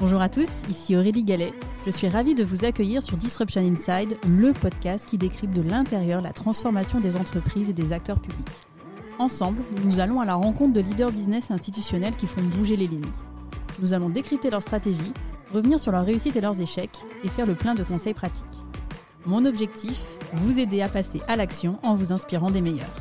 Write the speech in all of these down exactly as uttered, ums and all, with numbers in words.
Bonjour à tous, ici Aurélie Gallet. Je suis ravie de vous accueillir sur Disruption Inside, le podcast qui décrypte de l'intérieur la transformation des entreprises et des acteurs publics. Ensemble, nous allons à la rencontre de leaders business et institutionnels qui font bouger les lignes. Nous allons décrypter leurs stratégies, revenir sur leurs réussites et leurs échecs et faire le plein de conseils pratiques. Mon objectif, vous aider à passer à l'action en vous inspirant des meilleurs.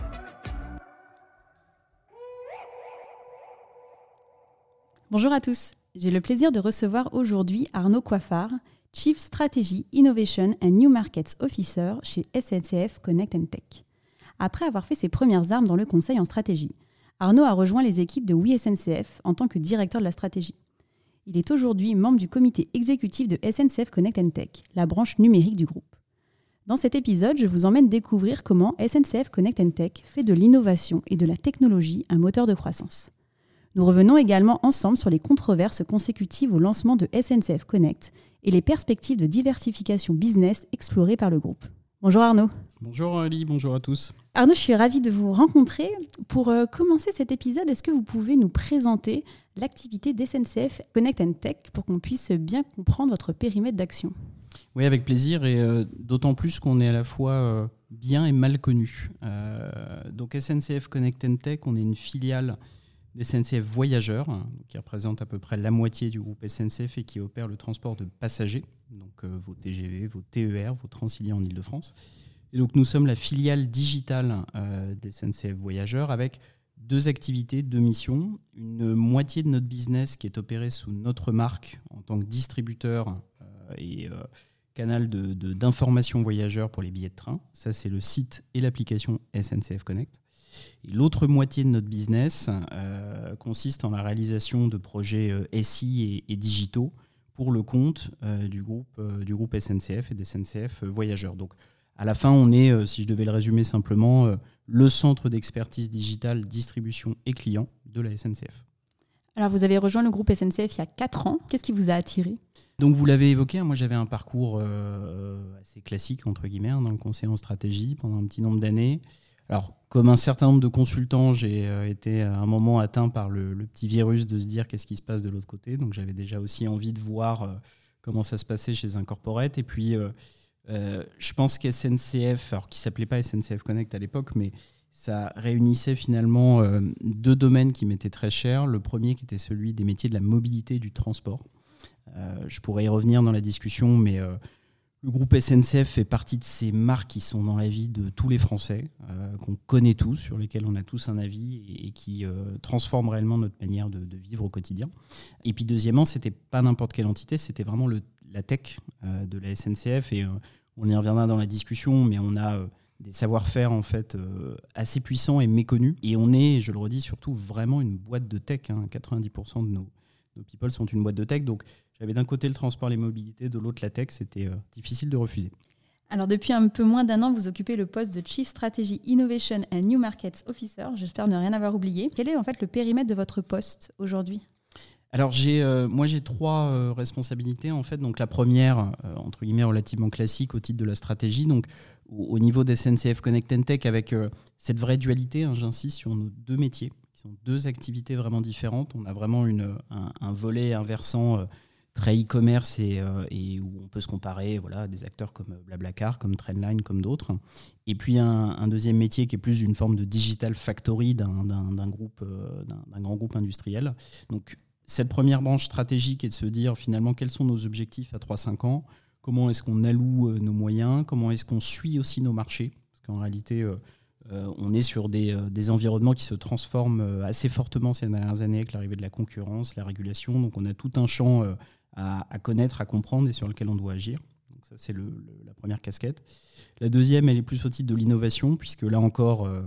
Bonjour à tous, j'ai le plaisir de recevoir aujourd'hui Arnaud Coiffard, Chief Strategy, Innovation and New Markets Officer chez S N C F Connect and Tech. Après avoir fait ses premières armes dans le conseil en stratégie, Arnaud a rejoint les équipes de Oui S N C F en tant que directeur de la stratégie. Il est aujourd'hui membre du comité exécutif de S N C F Connect and Tech, la branche numérique du groupe. Dans cet épisode, je vous emmène découvrir comment S N C F Connect and Tech fait de l'innovation et de la technologie un moteur de croissance. Nous revenons également ensemble sur les controverses consécutives au lancement de S N C F Connect et les perspectives de diversification business explorées par le groupe. Bonjour Arnaud. Bonjour Aurélie, bonjour à tous. Arnaud, je suis ravie de vous rencontrer. Pour euh, commencer cet épisode, est-ce que vous pouvez nous présenter l'activité d'S N C F Connect and Tech pour qu'on puisse bien comprendre votre périmètre d'action ? Oui, avec plaisir, et euh, d'autant plus qu'on est à la fois euh, bien et mal connu. Euh, donc S N C F Connect and Tech, on est une filiale d'S N C F Voyageurs, hein, qui représente à peu près la moitié du groupe S N C F et qui opère le transport de passagers, donc euh, vos T G V, vos T E R, vos Transilien en Ile-de-France. Et donc nous sommes la filiale digitale euh, d'S N C F Voyageurs avec deux activités, deux missions. Une moitié de notre business qui est opérée sous notre marque en tant que distributeur euh, et euh, canal de, de, d'information voyageurs pour les billets de train. Ça, c'est le site et l'application S N C F Connect. Et l'autre moitié de notre business euh, consiste en la réalisation de projets euh, S I et, et digitaux pour le compte euh, du, groupe, euh, du groupe S N C F et des S N C F Voyageurs. Donc, à la fin, on est, euh, si je devais le résumer simplement, euh, le centre d'expertise digitale, distribution et client de la S N C F. Alors, vous avez rejoint le groupe S N C F il y a quatre ans. Qu'est-ce qui vous a attiré ? Donc, vous l'avez évoqué, moi j'avais un parcours euh, assez classique, entre guillemets, hein, dans le conseil en stratégie pendant un petit nombre d'années. Alors, comme un certain nombre de consultants, j'ai euh, été à un moment atteint par le, le petit virus de se dire qu'est-ce qui se passe de l'autre côté. Donc, j'avais déjà aussi envie de voir euh, comment ça se passait chez un corporate. Et puis, euh, euh, je pense qu'S N C F, alors qui ne s'appelait pas S N C F Connect à l'époque, mais ça réunissait finalement euh, deux domaines qui m'étaient très chers. Le premier qui était celui des métiers de la mobilité et du transport. Euh, je pourrais y revenir dans la discussion, mais... Euh, Le groupe S N C F fait partie de ces marques qui sont dans la vie de tous les Français, euh, qu'on connaît tous, sur lesquelles on a tous un avis et, et qui euh, transforment réellement notre manière de, de vivre au quotidien. Et puis deuxièmement, c'était pas n'importe quelle entité, c'était vraiment le, la tech euh, de la S N C F. Et euh, on y reviendra dans la discussion, mais on a euh, des savoir-faire en fait euh, assez puissants et méconnus. Et on est, je le redis, surtout vraiment une boîte de tech. Hein. quatre-vingt-dix pour cent de nos, nos people sont une boîte de tech. Donc j'avais d'un côté le transport et les mobilités, de l'autre la tech, c'était euh, difficile de refuser. Alors depuis un peu moins d'un an, vous occupez le poste de Chief Strategy, Innovation and New Markets Officer. J'espère ne rien avoir oublié. Quel est en fait le périmètre de votre poste aujourd'hui ? Alors j'ai, euh, moi j'ai trois euh, responsabilités en fait. Donc la première, euh, entre guillemets relativement classique au titre de la stratégie, donc au, au niveau des S N C F Connect and Tech avec euh, cette vraie dualité, hein, j'insiste sur nos deux métiers, qui sont deux activités vraiment différentes. On a vraiment une, un, un volet, un versant euh, très e-commerce et, euh, et où on peut se comparer voilà, à des acteurs comme Blablacar, comme Trendline, comme d'autres. Et puis un, un deuxième métier qui est plus une forme de digital factory d'un, d'un, d'un, groupe, euh, d'un, d'un grand groupe industriel. Donc cette première branche stratégique est de se dire finalement quels sont nos objectifs à trois à cinq ans, comment est-ce qu'on alloue euh, nos moyens, comment est-ce qu'on suit aussi nos marchés, parce qu'en réalité euh, euh, on est sur des, euh, des environnements qui se transforment euh, assez fortement ces dernières années avec l'arrivée de la concurrence, la régulation, donc on a tout un champ euh, À, à connaître, à comprendre et sur lequel on doit agir. Donc ça, c'est le, le, la première casquette. La deuxième, elle est plus au titre de l'innovation, puisque là encore, euh,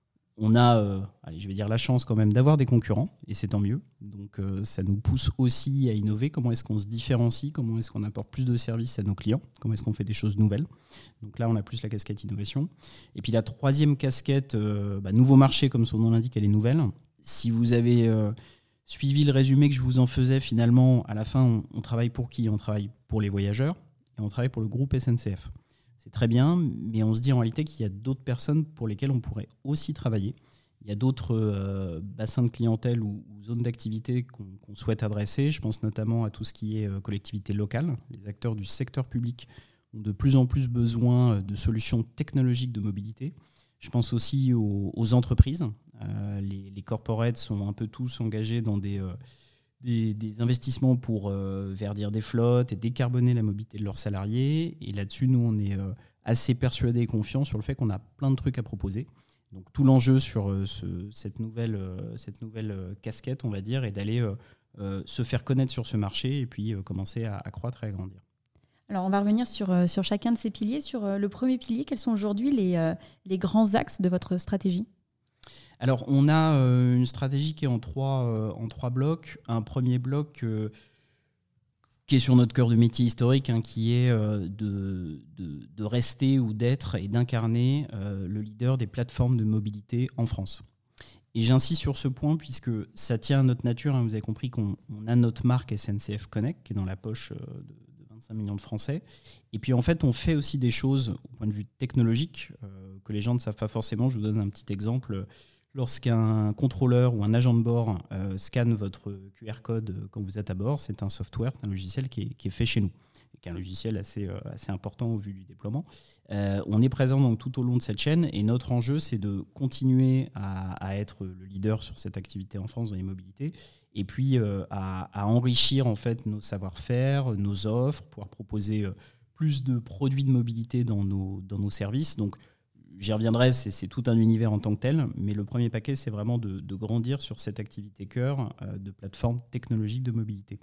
on a, euh, allez, je vais dire la chance quand même d'avoir des concurrents, et c'est tant mieux. Donc euh, ça nous pousse aussi à innover. Comment est-ce qu'on se différencie ? Comment est-ce qu'on apporte plus de services à nos clients ? Comment est-ce qu'on fait des choses nouvelles ? Donc là, on a plus la casquette innovation. Et puis la troisième casquette, euh, bah, nouveau marché, comme son nom l'indique, elle est nouvelle. Si vous avez... Euh, suivi le résumé que je vous en faisais, finalement, à la fin, on, on travaille pour qui ? On travaille pour les voyageurs et on travaille pour le groupe S N C F. C'est très bien, mais on se dit en réalité qu'il y a d'autres personnes pour lesquelles on pourrait aussi travailler. il y a d'autres euh, bassins de clientèle ou, ou zones d'activité qu'on, qu'on souhaite adresser. Je pense notamment à tout ce qui est euh, collectivité locale. Les acteurs du secteur public ont de plus en plus besoin de solutions technologiques de mobilité. Je pense aussi aux, aux entreprises. Euh, les, les corporates sont un peu tous engagés dans des, euh, des, des investissements pour euh, verdir des flottes et décarboner la mobilité de leurs salariés. Et là-dessus, nous, on est euh, assez persuadés et confiants sur le fait qu'on a plein de trucs à proposer. Donc tout l'enjeu sur euh, ce, cette nouvelle, euh, cette nouvelle euh, casquette, on va dire, est d'aller euh, euh, se faire connaître sur ce marché et puis euh, commencer à, à croître et à grandir. Alors, on va revenir sur, euh, sur chacun de ces piliers. Sur euh, le premier pilier, quels sont aujourd'hui les, euh, les grands axes de votre stratégie ? Alors, on a euh, une stratégie qui est en trois, euh, en trois blocs. Un premier bloc euh, qui est sur notre cœur de métier historique, hein, qui est euh, de, de, de rester ou d'être et d'incarner euh, le leader des plateformes de mobilité en France. Et j'insiste sur ce point puisque ça tient à notre nature. Hein, vous avez compris qu'on on a notre marque S N C F Connect qui est dans la poche euh, de vingt-cinq millions de Français. Et puis en fait, on fait aussi des choses au point de vue technologique euh, que les gens ne savent pas forcément. Je vous donne un petit exemple. Lorsqu'un contrôleur ou un agent de bord euh, scanne votre Q R code quand vous êtes à bord, c'est un software, c'est un logiciel qui est, qui est fait chez nous, et qui est un logiciel assez, euh, assez important au vu du déploiement. Euh, on est présent donc tout au long de cette chaîne et notre enjeu, c'est de continuer à, à être le leader sur cette activité en France dans les mobilités et puis euh, à, à enrichir en fait nos savoir-faire, nos offres, pouvoir proposer euh, plus de produits de mobilité dans nos, dans nos services. Donc, j'y reviendrai, c'est, c'est tout un univers en tant que tel, mais le premier paquet, c'est vraiment de, de grandir sur cette activité cœur euh, de plateforme technologique de mobilité.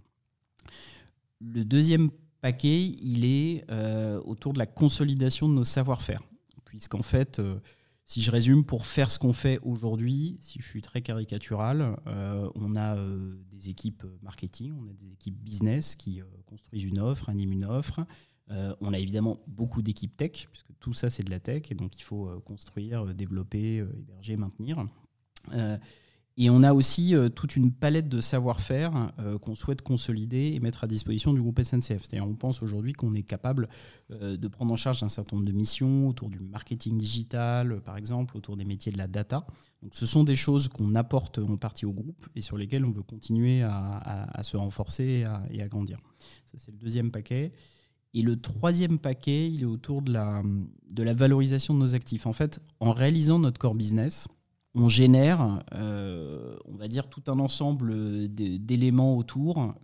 Le deuxième paquet, il est euh, autour de la consolidation de nos savoir-faire, puisqu'en fait, euh, si je résume, pour faire ce qu'on fait aujourd'hui, si je suis très caricatural, euh, on a euh, des équipes marketing, on a des équipes business qui euh, construisent une offre, animent une offre. Euh, on a évidemment beaucoup d'équipes tech, puisque tout ça, c'est de la tech, et donc il faut euh, construire, euh, développer, euh, héberger, maintenir. Euh, et on a aussi euh, toute une palette de savoir-faire euh, qu'on souhaite consolider et mettre à disposition du groupe S N C F. C'est-à-dire on pense aujourd'hui qu'on est capable euh, de prendre en charge un certain nombre de missions autour du marketing digital, euh, par exemple, autour des métiers de la data. Donc ce sont des choses qu'on apporte en partie au groupe et sur lesquelles on veut continuer à, à, à se renforcer et à, et à grandir. Ça, c'est le deuxième paquet. Et le troisième paquet, il est autour de la, de la valorisation de nos actifs. En fait, en réalisant notre core business, on génère, euh, on va dire, tout un ensemble d'éléments autour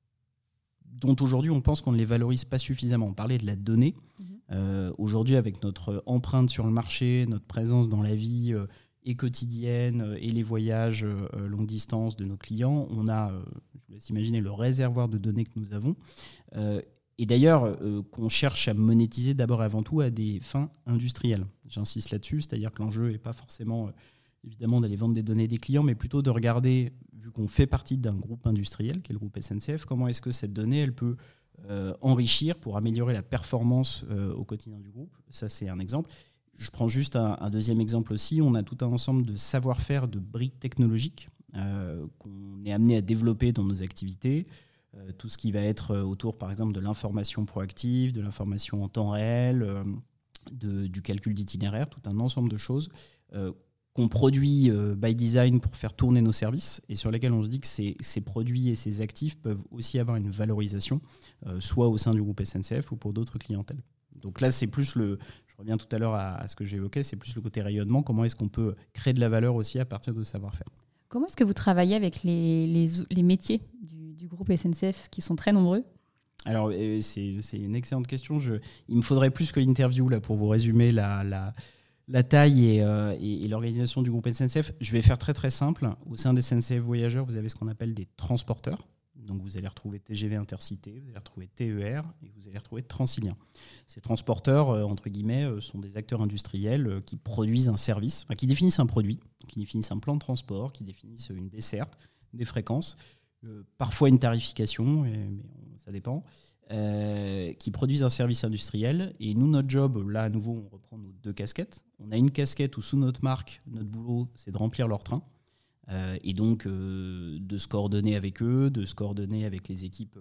dont aujourd'hui on pense qu'on ne les valorise pas suffisamment. On parlait de la donnée. Mmh. Euh, aujourd'hui, avec notre empreinte sur le marché, notre présence dans la vie euh, et quotidienne euh, et les voyages euh, longue distance de nos clients, on a, euh, je vous laisse imaginer, le réservoir de données que nous avons. Euh, Et d'ailleurs, euh, qu'on cherche à monétiser d'abord et avant tout à des fins industrielles. J'insiste là-dessus, c'est-à-dire que l'enjeu n'est pas forcément, euh, évidemment, d'aller vendre des données des clients, mais plutôt de regarder, vu qu'on fait partie d'un groupe industriel, qui est le groupe S N C F, comment est-ce que cette donnée, elle peut euh, enrichir pour améliorer la performance euh, au quotidien du groupe. Ça, c'est un exemple. Je prends juste un, un deuxième exemple aussi. On a tout un ensemble de savoir-faire, de briques technologiques euh, qu'on est amené à développer dans nos activités. Euh, tout ce qui va être autour, par exemple, de l'information proactive, de l'information en temps réel, euh, de, du calcul d'itinéraire, tout un ensemble de choses euh, qu'on produit euh, by design pour faire tourner nos services et sur lesquels on se dit que ces, ces produits et ces actifs peuvent aussi avoir une valorisation, euh, soit au sein du groupe S N C F ou pour d'autres clientèles. Donc là, c'est plus le... Je reviens tout à l'heure à, à ce que j'évoquais, c'est plus le côté rayonnement. Comment est-ce qu'on peut créer de la valeur aussi à partir de savoir-faire ? Comment est-ce que vous travaillez avec les, les, les métiers du, du groupe S N C F qui sont très nombreux ? Alors, euh, c'est, c'est une excellente question. Je, il me faudrait plus que l'interview là, pour vous résumer la, la, la taille et, euh, et, et l'organisation du groupe S N C F. Je vais faire très très simple. Au sein des S N C F Voyageurs, vous avez ce qu'on appelle des transporteurs. Donc vous allez retrouver T G V Intercité, vous allez retrouver T E R et vous allez retrouver Transilien. Ces transporteurs, euh, entre guillemets, euh, sont des acteurs industriels euh, qui produisent un service, enfin, qui définissent un produit, qui définissent un plan de transport, qui définissent une desserte, des fréquences, euh, parfois une tarification, et, mais on, ça dépend, euh, qui produisent un service industriel. Et nous, notre job, là à nouveau, on reprend nos deux casquettes. On a une casquette où sous notre marque, notre boulot, c'est de remplir leur train. Euh, et donc euh, de se coordonner avec eux, de se coordonner avec les équipes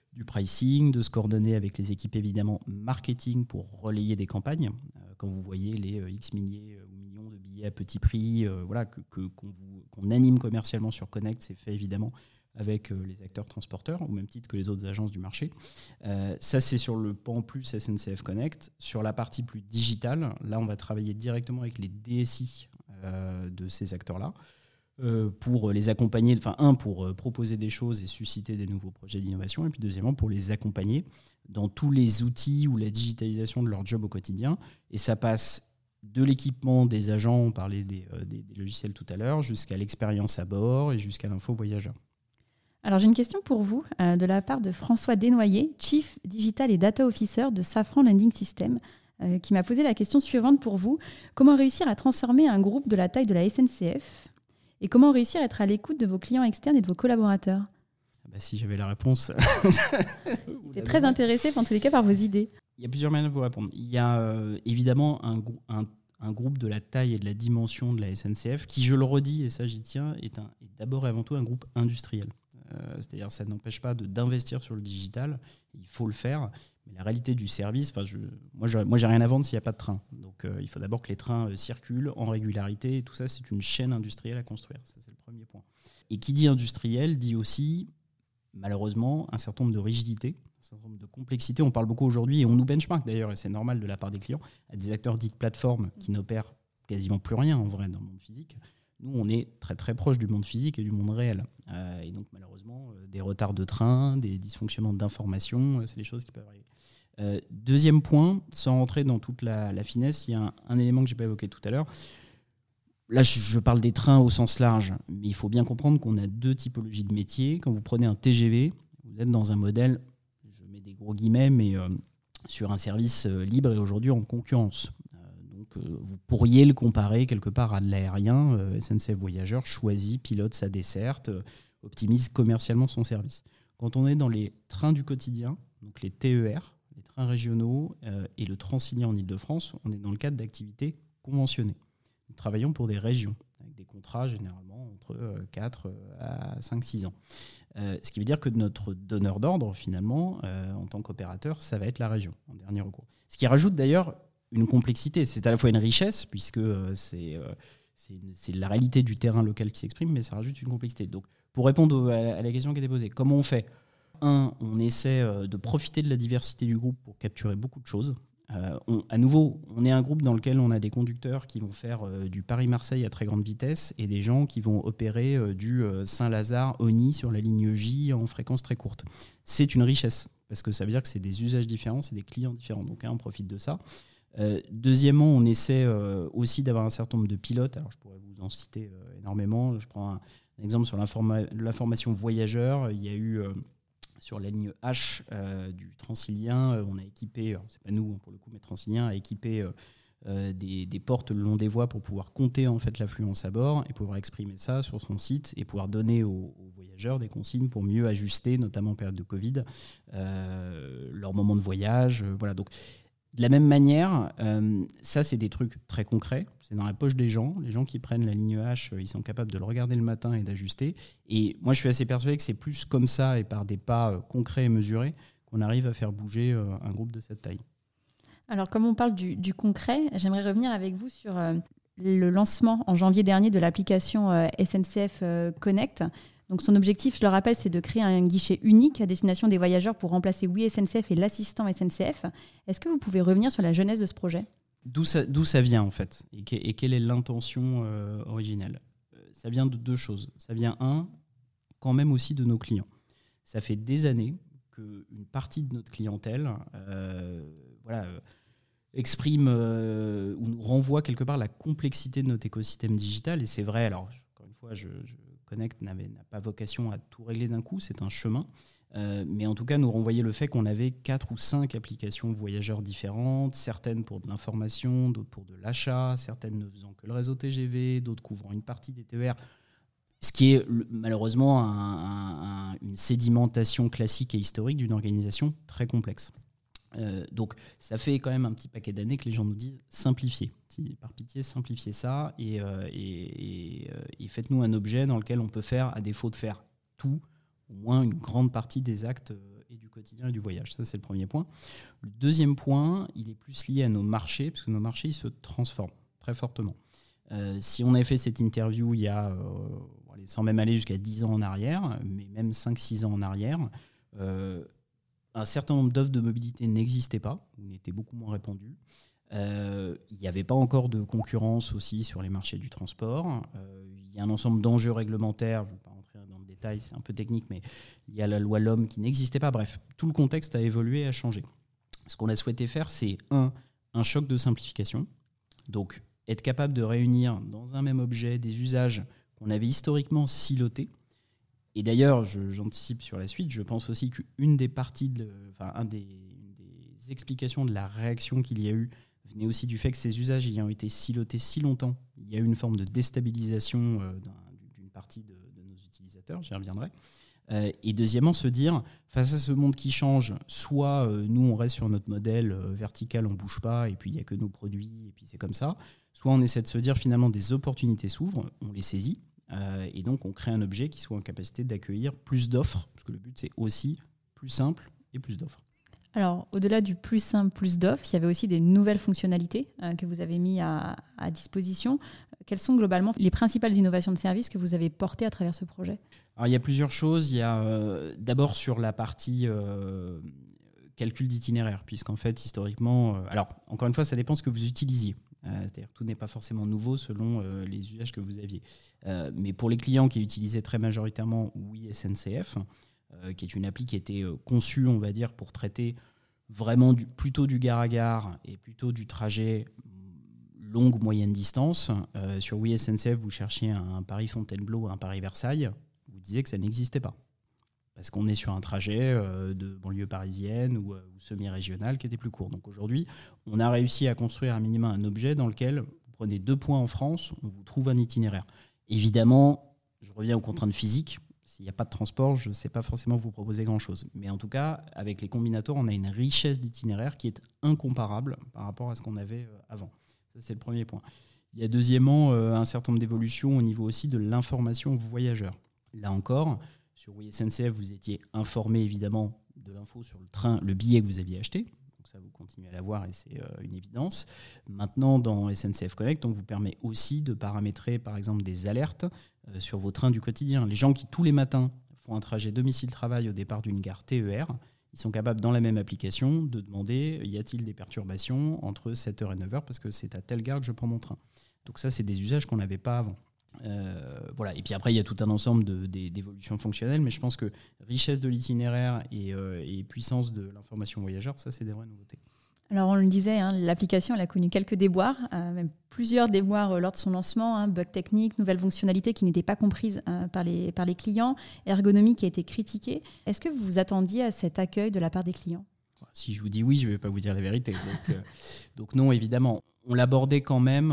du pricing, de se coordonner avec les équipes évidemment marketing pour relayer des campagnes. Euh, quand vous voyez les euh, X milliers ou millions de billets à petit prix, euh, voilà, que, que, qu'on, vous, qu'on anime commercialement sur Connect, c'est fait évidemment avec euh, les acteurs transporteurs, au même titre que les autres agences du marché. Euh, ça, c'est sur le pan plus S N C F Connect. Sur la partie plus digitale, là, on va travailler directement avec les D S I euh, de ces acteurs-là, Euh, pour les accompagner, enfin un, pour euh, proposer des choses et susciter des nouveaux projets d'innovation, et puis deuxièmement, pour les accompagner dans tous les outils ou la digitalisation de leur job au quotidien. Et ça passe de l'équipement des agents, on parlait des, euh, des, des logiciels tout à l'heure, jusqu'à l'expérience à bord et jusqu'à l'info voyageur. Alors j'ai une question pour vous euh, de la part de François Desnoyers, Chief Digital et Data Officer de Safran Landing System, euh, qui m'a posé la question suivante pour vous. Comment réussir à transformer un groupe de la taille de la S N C F ? Et comment réussir à être à l'écoute de vos clients externes et de vos collaborateurs ? Bah, si j'avais la réponse. J'étais très intéressé, en tous les cas, par vos idées. Il y a plusieurs manières de vous répondre. Il y a euh, évidemment un, un, un groupe de la taille et de la dimension de la S N C F qui, je le redis, et ça j'y tiens, est, un, est d'abord et avant tout un groupe industriel. Euh, c'est-à-dire ça n'empêche pas de, d'investir sur le digital, il faut le faire. Mais la réalité du service, je, moi, je, moi j'ai rien à vendre s'il n'y a pas de train. Donc euh, il faut d'abord que les trains euh, circulent en régularité. Et tout ça, c'est une chaîne industrielle à construire. Ça, c'est le premier point. Et qui dit industriel dit aussi, malheureusement, un certain nombre de rigidités, un certain nombre de complexités. On parle beaucoup aujourd'hui, et on nous benchmark d'ailleurs, et c'est normal de la part des clients, à des acteurs dits de plateforme qui n'opèrent quasiment plus rien en vrai dans le monde physique. Nous, on est très très proche du monde physique et du monde réel. Euh, et donc, malheureusement, euh, des retards de train, des dysfonctionnements d'information, euh, c'est des choses qui peuvent arriver. Euh, deuxième point, sans rentrer dans toute la, la finesse, il y a un, un élément que je n'ai pas évoqué tout à l'heure. Là, je, je parle des trains au sens large, mais il faut bien comprendre qu'on a deux typologies de métiers. Quand vous prenez un T G V, vous êtes dans un modèle, je mets des gros guillemets, mais euh, sur un service euh, libre et aujourd'hui en concurrence. Donc, euh, vous pourriez le comparer quelque part à de l'aérien. Euh, S N C F Voyageurs choisit, pilote sa desserte, euh, optimise commercialement son service. Quand on est dans les trains du quotidien, donc les T E R, les trains régionaux euh, et le Transilien en Ile-de-France, on est dans le cadre d'activités conventionnées. Nous travaillons pour des régions, avec des contrats généralement entre euh, quatre à cinq six ans. Euh, ce qui veut dire que notre donneur d'ordre, finalement, euh, en tant qu'opérateur, ça va être la région, en dernier recours. Ce qui rajoute d'ailleurs une complexité. C'est à la fois une richesse, puisque euh, c'est, euh, c'est, une, c'est la réalité du terrain local qui s'exprime, mais ça rajoute une complexité. Donc, pour répondre au, à, la, à la question qui était posée, comment on fait ? Un, on essaie euh, de profiter de la diversité du groupe pour capturer beaucoup de choses. Euh, on, à nouveau, on est un groupe dans lequel on a des conducteurs qui vont faire euh, du Paris-Marseille à très grande vitesse et des gens qui vont opérer euh, du euh, Saint-Lazare-Ogny sur la ligne J en fréquence très courte. C'est une richesse, parce que ça veut dire que c'est des usages différents, c'est des clients différents. Donc, hein, on profite de ça. Euh, deuxièmement, on essaie euh, aussi d'avoir un certain nombre de pilotes. Alors, je pourrais vous en citer euh, énormément. Je prends un, un exemple sur l'informa- l'information voyageur. Il y a eu euh, sur la ligne H euh, du Transilien, euh, on a équipé, alors, c'est pas nous pour le coup, mais Transilien a équipé euh, euh, des, des portes le long des voies pour pouvoir compter en fait l'affluence à bord et pouvoir exprimer ça sur son site et pouvoir donner aux, aux voyageurs des consignes pour mieux ajuster, notamment en période de Covid, euh, leur moment de voyage. Euh, voilà, donc. De la même manière, euh, ça c'est des trucs très concrets, c'est dans la poche des gens, les gens qui prennent la ligne H, ils sont capables de le regarder le matin et d'ajuster. Et moi je suis assez persuadé que c'est plus comme ça et par des pas euh, concrets et mesurés qu'on arrive à faire bouger euh, un groupe de cette taille. Alors comme on parle du, du concret, j'aimerais revenir avec vous sur euh, le lancement en janvier dernier de l'application euh, S N C F euh, Connect. Donc son objectif, je le rappelle, c'est de créer un guichet unique à destination des voyageurs pour remplacer Oui S N C F et l'assistant S N C F. Est-ce que vous pouvez revenir sur la genèse de ce projet ? D'où ça, d'où ça vient en fait et, que, et quelle est l'intention euh, originelle ? Ça vient de deux choses. Ça vient, un, quand même aussi de nos clients. Ça fait des années qu'une partie de notre clientèle euh, voilà, euh, exprime euh, ou nous renvoie quelque part la complexité de notre écosystème digital. Et c'est vrai, alors encore une fois, je... je Connect n'avait, n'a pas vocation à tout régler d'un coup, c'est un chemin. Euh, mais en tout cas, nous renvoyait le fait qu'on avait quatre ou cinq applications voyageurs différentes, certaines pour de l'information, d'autres pour de l'achat, certaines ne faisant que le réseau T G V, d'autres couvrant une partie des T E R. Ce qui est malheureusement un, un, une sédimentation classique et historique d'une organisation très complexe. Euh, donc ça fait quand même un petit paquet d'années que les gens nous disent simplifiez, si, par pitié simplifiez ça et, euh, et, et, et faites-nous un objet dans lequel on peut faire, à défaut de faire tout, au moins une grande partie des actes euh, et du quotidien. quotidien et du voyage. Ça, c'est le premier point. Le deuxième point, il est plus lié à nos marchés, parce que nos marchés ils se transforment très fortement. Euh, si on avait fait cette interview il y a, euh, sans même aller jusqu'à dix ans en arrière, mais même cinq six ans en arrière, euh, un certain nombre d'offres de mobilité n'existaient pas, ou n'étaient beaucoup moins répandues. Euh, il n'y avait pas encore de concurrence aussi sur les marchés du transport. Euh, il y a un ensemble d'enjeux réglementaires, je ne vais pas rentrer dans le détail, c'est un peu technique, mais il y a la loi L'Homme qui n'existait pas. Bref, tout le contexte a évolué et a changé. Ce qu'on a souhaité faire, c'est un, un choc de simplification. Donc, être capable de réunir dans un même objet des usages qu'on avait historiquement silotés. Et d'ailleurs, je, j'anticipe sur la suite, je pense aussi qu'une des parties, de, enfin, un des, une des explications de la réaction qu'il y a eu venait aussi du fait que ces usages ayant été silotés si longtemps, il y a eu une forme de déstabilisation euh, d'un, d'une partie de, de nos utilisateurs, j'y reviendrai. Euh, et deuxièmement, se dire, face à ce monde qui change, soit euh, nous on reste sur notre modèle euh, vertical, on ne bouge pas, et puis il n'y a que nos produits, et puis c'est comme ça, soit on essaie de se dire finalement des opportunités s'ouvrent, on les saisit, euh, et donc on crée un objet qui soit en capacité d'accueillir plus d'offres, parce que le but c'est aussi plus simple et plus d'offres. Alors, au-delà du plus simple, plus d'offres, il y avait aussi des nouvelles fonctionnalités euh, que vous avez mis à, à disposition. Quelles sont globalement les principales innovations de service que vous avez portées à travers ce projet ? Alors, il y a plusieurs choses. Il y a euh, d'abord sur la partie euh, calcul d'itinéraire, puisqu'en fait, historiquement... Euh, alors, encore une fois, ça dépend de ce que vous utilisiez. Euh, c'est-à-dire que tout n'est pas forcément nouveau selon euh, les usages que vous aviez. Euh, mais pour les clients qui utilisaient très majoritairement Oui S N C F, euh, qui est une appli qui était euh, conçue, on va dire, pour traiter vraiment du, plutôt du gare à gare et plutôt du trajet longue, moyenne distance. Euh, sur Oui S N C F, vous cherchiez un Paris-Fontainebleau, un Paris-Versailles, vous disiez que ça n'existait pas. Parce qu'on est sur un trajet euh, de banlieue parisienne ou, euh, ou semi-régionale qui était plus court. Donc aujourd'hui, on a réussi à construire un minimum un objet dans lequel vous prenez deux points en France, on vous trouve un itinéraire. Évidemment, je reviens aux contraintes physiques. S'il n'y a pas de transport, je ne sais pas forcément vous proposer grand-chose. Mais en tout cas, avec les combinateurs, on a une richesse d'itinéraire qui est incomparable par rapport à ce qu'on avait avant. Ça, c'est le premier point. Il y a deuxièmement euh, un certain nombre d'évolutions au niveau aussi de l'information aux voyageurs. Là encore, sur Oui S N C F, vous étiez informé évidemment de l'info sur le train, le billet que vous aviez acheté. Donc ça, vous continuez à l'avoir et c'est euh, une évidence. Maintenant, dans S N C F Connect, on vous permet aussi de paramétrer, par exemple, des alertes euh, sur vos trains du quotidien. Les gens qui, tous les matins, font un trajet domicile-travail au départ d'une gare T E R, ils sont capables, dans la même application, de demander y a-t-il des perturbations entre sept heures et neuf heures parce que c'est à telle gare que je prends mon train. Donc ça, c'est des usages qu'on n'avait pas avant. Euh, voilà. Et puis après, il y a tout un ensemble de, de, d'évolutions fonctionnelles, mais je pense que richesse de l'itinéraire et, euh, et puissance de l'information voyageur, ça, c'est des vraies nouveautés. Alors, on le disait, hein, l'application elle a connu quelques déboires, euh, même plusieurs déboires euh, lors de son lancement, hein, bugs techniques, nouvelles fonctionnalités qui n'étaient pas comprises euh, par, les, par les clients, ergonomie qui a été critiquée. Est-ce que vous vous attendiez à cet accueil de la part des clients ? Si je vous dis oui, je ne vais pas vous dire la vérité. Donc, euh, donc non, évidemment. On l'abordait quand même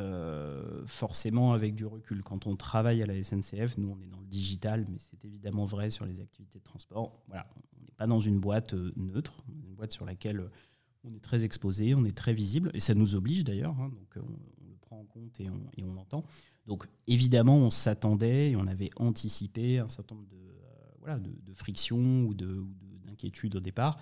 euh, forcément avec du recul. Quand on travaille à la S N C F, nous on est dans le digital, mais c'est évidemment vrai sur les activités de transport. Voilà, on n'est pas dans une boîte euh, neutre, une boîte sur laquelle on est très exposé, on est très visible, et ça nous oblige d'ailleurs, hein, donc on, on le prend en compte et on, et on l'entend. Donc évidemment, on s'attendait et on avait anticipé un certain nombre de, euh, voilà, de, de frictions ou, de, ou de, d'inquiétudes au départ.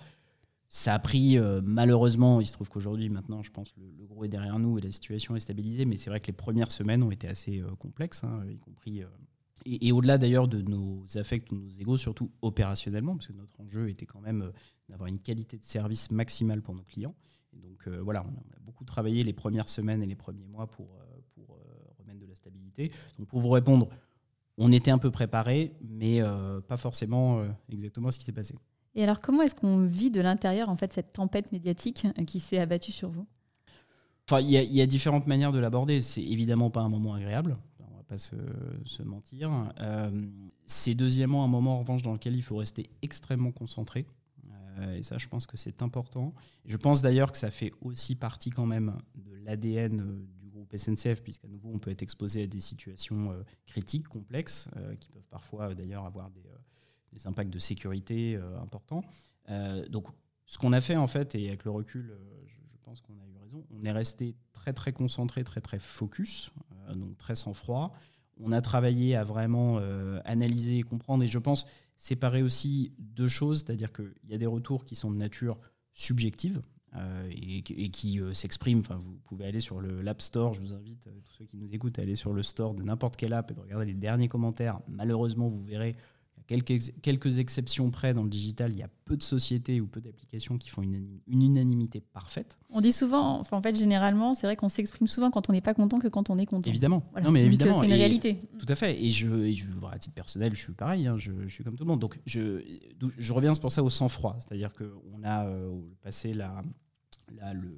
Ça a pris, euh, malheureusement, il se trouve qu'aujourd'hui, maintenant, je pense, le, le gros est derrière nous et la situation est stabilisée, mais c'est vrai que les premières semaines ont été assez euh, complexes, hein, y compris... Euh, et, et au-delà d'ailleurs de nos affects ou nos égos, surtout opérationnellement, parce que notre enjeu était quand même euh, d'avoir une qualité de service maximale pour nos clients. Et donc euh, voilà, on a, on a beaucoup travaillé les premières semaines et les premiers mois pour, euh, pour euh, remettre de la stabilité. Donc pour vous répondre, on était un peu préparés, mais euh, pas forcément euh, exactement ce qui s'est passé. Et alors, comment est-ce qu'on vit de l'intérieur en fait, cette tempête médiatique qui s'est abattue sur vous ? Enfin, il y, y a différentes manières de l'aborder. C'est évidemment pas un moment agréable, on va pas se, se mentir. Euh, c'est deuxièmement un moment, en revanche, dans lequel il faut rester extrêmement concentré. Euh, et ça, je pense que c'est important. Je pense d'ailleurs que ça fait aussi partie quand même de l'A D N du groupe S N C F, puisqu'à nouveau, on peut être exposé à des situations euh, critiques, complexes, euh, qui peuvent parfois euh, d'ailleurs avoir des... Euh, des impacts de sécurité euh, importants. Euh, donc, ce qu'on a fait, en fait, et avec le recul, euh, je, je pense qu'on a eu raison, on est resté très, très concentré, très, très focus, euh, donc très sang-froid. On a travaillé à vraiment euh, analyser et comprendre, et je pense séparer aussi deux choses, c'est-à-dire qu'il y a des retours qui sont de nature subjective euh, et, et qui euh, s'expriment. Enfin, vous pouvez aller sur le, l'App Store, je vous invite, euh, tous ceux qui nous écoutent, à aller sur le store de n'importe quelle app et de regarder les derniers commentaires. Malheureusement, vous verrez Quelques, quelques exceptions près dans le digital, il y a peu de sociétés ou peu d'applications qui font une, une unanimité parfaite. On dit souvent, enfin en fait généralement, c'est vrai qu'on s'exprime souvent quand on n'est pas content que quand on est content. Évidemment, voilà. non mais Donc, évidemment, c'est une et, réalité. Tout à fait. Et je, et je, à titre personnel, je suis pareil, hein, je, je suis comme tout le monde. Donc je, je reviens c'est pour ça au sang-froid, c'est-à-dire qu'on a euh, passé la, la, le,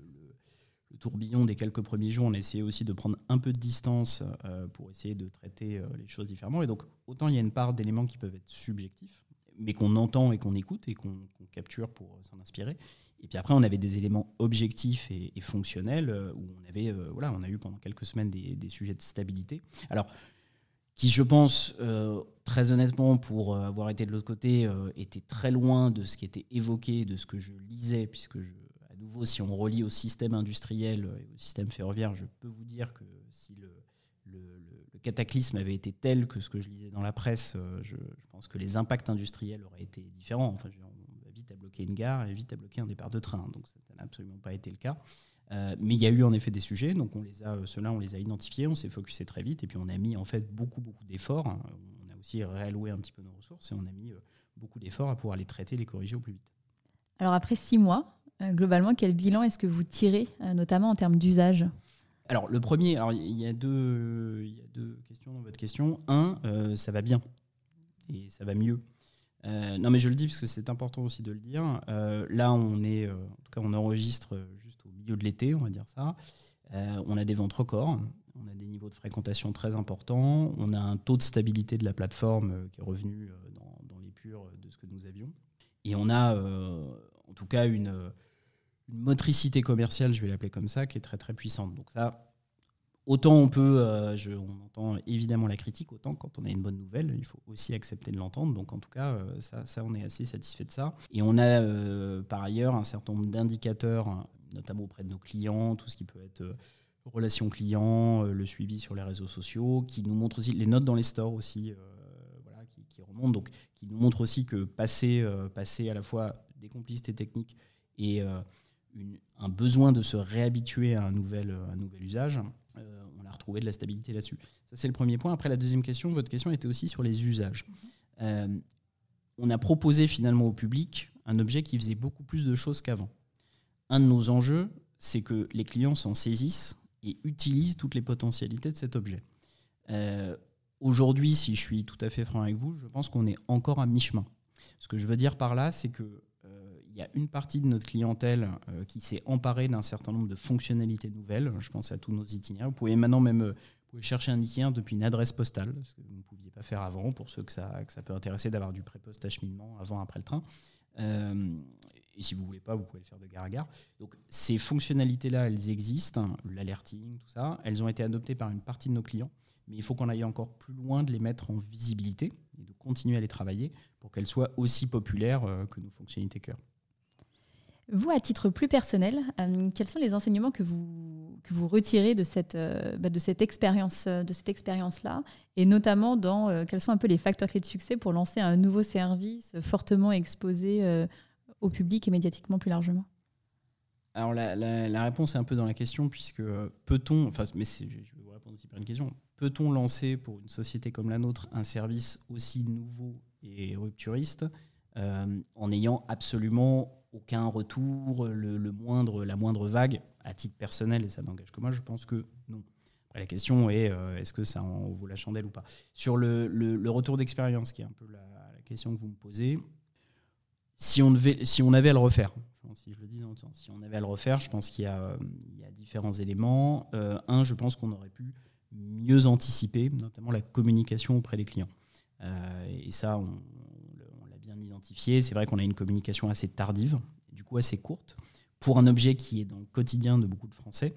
le tourbillon des quelques premiers jours, on a essayé aussi de prendre un peu de distance euh, pour essayer de traiter euh, les choses différemment. Et donc autant il y a une part d'éléments qui peuvent être subjectifs, mais qu'on entend et qu'on écoute et qu'on, qu'on capture pour s'en inspirer. Et puis après, on avait des éléments objectifs et, et fonctionnels euh, où on avait, euh, voilà, on a eu pendant quelques semaines des, des sujets de stabilité. Alors, qui, je pense, euh, très honnêtement, pour avoir été de l'autre côté, euh, était très loin de ce qui était évoqué, de ce que je lisais, puisque, je, à nouveau, si on relie au système industriel et au système ferroviaire, je peux vous dire que si le Le, le, le cataclysme avait été tel que ce que je lisais dans la presse, euh, je, je pense que les impacts industriels auraient été différents. Enfin, je, on va vite à bloquer une gare et vite à bloquer un départ de train. Donc ça n'a absolument pas été le cas. Euh, mais il y a eu en effet des sujets. Donc on les a, euh, ceux-là, on les a identifiés, on s'est focusé très vite et puis on a mis en fait beaucoup, beaucoup d'efforts. On a aussi réalloué un petit peu nos ressources et on a mis euh, beaucoup d'efforts à pouvoir les traiter, les corriger au plus vite. Alors après six mois, euh, globalement, quel bilan est-ce que vous tirez, euh, notamment en termes d'usage ? Alors, le premier, alors il y a deux, il y a deux questions dans votre question. Un, euh, ça va bien et ça va mieux. Euh, non, mais je le dis parce que c'est important aussi de le dire. Euh, là, on est, euh, en tout cas, on enregistre juste au milieu de l'été, on va dire ça. Euh, on a des ventes records, on a des niveaux de fréquentation très importants, on a un taux de stabilité de la plateforme euh, qui est revenu euh, dans, dans l'épure de ce que nous avions. Et on a, euh, en tout cas, une une motricité commerciale, je vais l'appeler comme ça, qui est très très puissante. Donc ça, autant on peut, euh, je, on entend évidemment la critique, autant quand on a une bonne nouvelle, il faut aussi accepter de l'entendre. Donc en tout cas, euh, ça, ça, on est assez satisfait de ça. Et on a euh, par ailleurs un certain nombre d'indicateurs, notamment auprès de nos clients, tout ce qui peut être euh, relations clients, euh, le suivi sur les réseaux sociaux, qui nous montrent aussi, les notes dans les stores aussi, euh, voilà, qui, qui remontent, donc qui nous montrent aussi que passer, euh, passer à la fois des complicités techniques et euh, Une, un besoin de se réhabituer à un nouvel, un nouvel usage, euh, on a retrouvé de la stabilité là-dessus. Ça, c'est le premier point. Après, la deuxième question, votre question était aussi sur les usages. Euh, on a proposé finalement au public un objet qui faisait beaucoup plus de choses qu'avant. Un de nos enjeux, c'est que les clients s'en saisissent et utilisent toutes les potentialités de cet objet. Euh, aujourd'hui, si je suis tout à fait franc avec vous, je pense qu'on est encore à mi-chemin. Ce que je veux dire par là, c'est que il y a une partie de notre clientèle euh, qui s'est emparée d'un certain nombre de fonctionnalités nouvelles. Je pense à tous nos itinéraires. Vous pouvez maintenant même euh, vous pouvez chercher un itinéraire depuis une adresse postale, ce que vous ne pouviez pas faire avant, pour ceux que ça, que ça peut intéresser d'avoir du pré-post acheminement avant, après le train. Euh, et si vous ne voulez pas, vous pouvez le faire de gare à gare. Donc ces fonctionnalités-là, elles existent, l'alerting, tout ça. Elles ont été adoptées par une partie de nos clients. Mais il faut qu'on aille encore plus loin de les mettre en visibilité et de continuer à les travailler pour qu'elles soient aussi populaires euh, que nos fonctionnalités cœur. Vous, à titre plus personnel, euh, quels sont les enseignements que vous, que vous retirez de cette, euh, bah de cette expérience, de cette expérience-là, et notamment dans euh, quels sont un peu les facteurs clés de succès pour lancer un nouveau service fortement exposé euh, au public et médiatiquement plus largement ? Alors la, la, la réponse est un peu dans la question, puisque euh, peut-on, enfin, mais c'est, je vais vous répondre aussi par une question, peut-on lancer pour une société comme la nôtre un service aussi nouveau et rupturiste euh, en n'ayant absolument aucun retour, le, le moindre, la moindre vague, à titre personnel, et ça n'engage que moi, je pense que non. Après, la question est, euh, est-ce que ça en vaut la chandelle ou pas ? Sur le, le, le retour d'expérience, qui est un peu la, la question que vous me posez, si on, devait, si on avait à le refaire, je pense, si je le dis dans le sens, si on avait à le refaire, je pense qu'il y a, il y a différents éléments. Euh, un, je pense qu'on aurait pu mieux anticiper, notamment la communication auprès des clients. Euh, et ça, on, identifié. C'est vrai qu'on a une communication assez tardive, du coup assez courte, pour un objet qui est dans le quotidien de beaucoup de Français.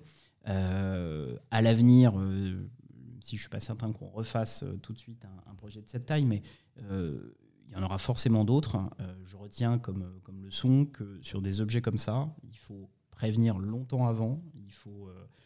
Euh, à l'avenir, euh, si je ne suis pas certain qu'on refasse euh, tout de suite un, un projet de cette taille, mais euh, il y en aura forcément d'autres. Euh, je retiens comme, comme leçon que sur des objets comme ça, il faut prévenir longtemps avant, il faut euh,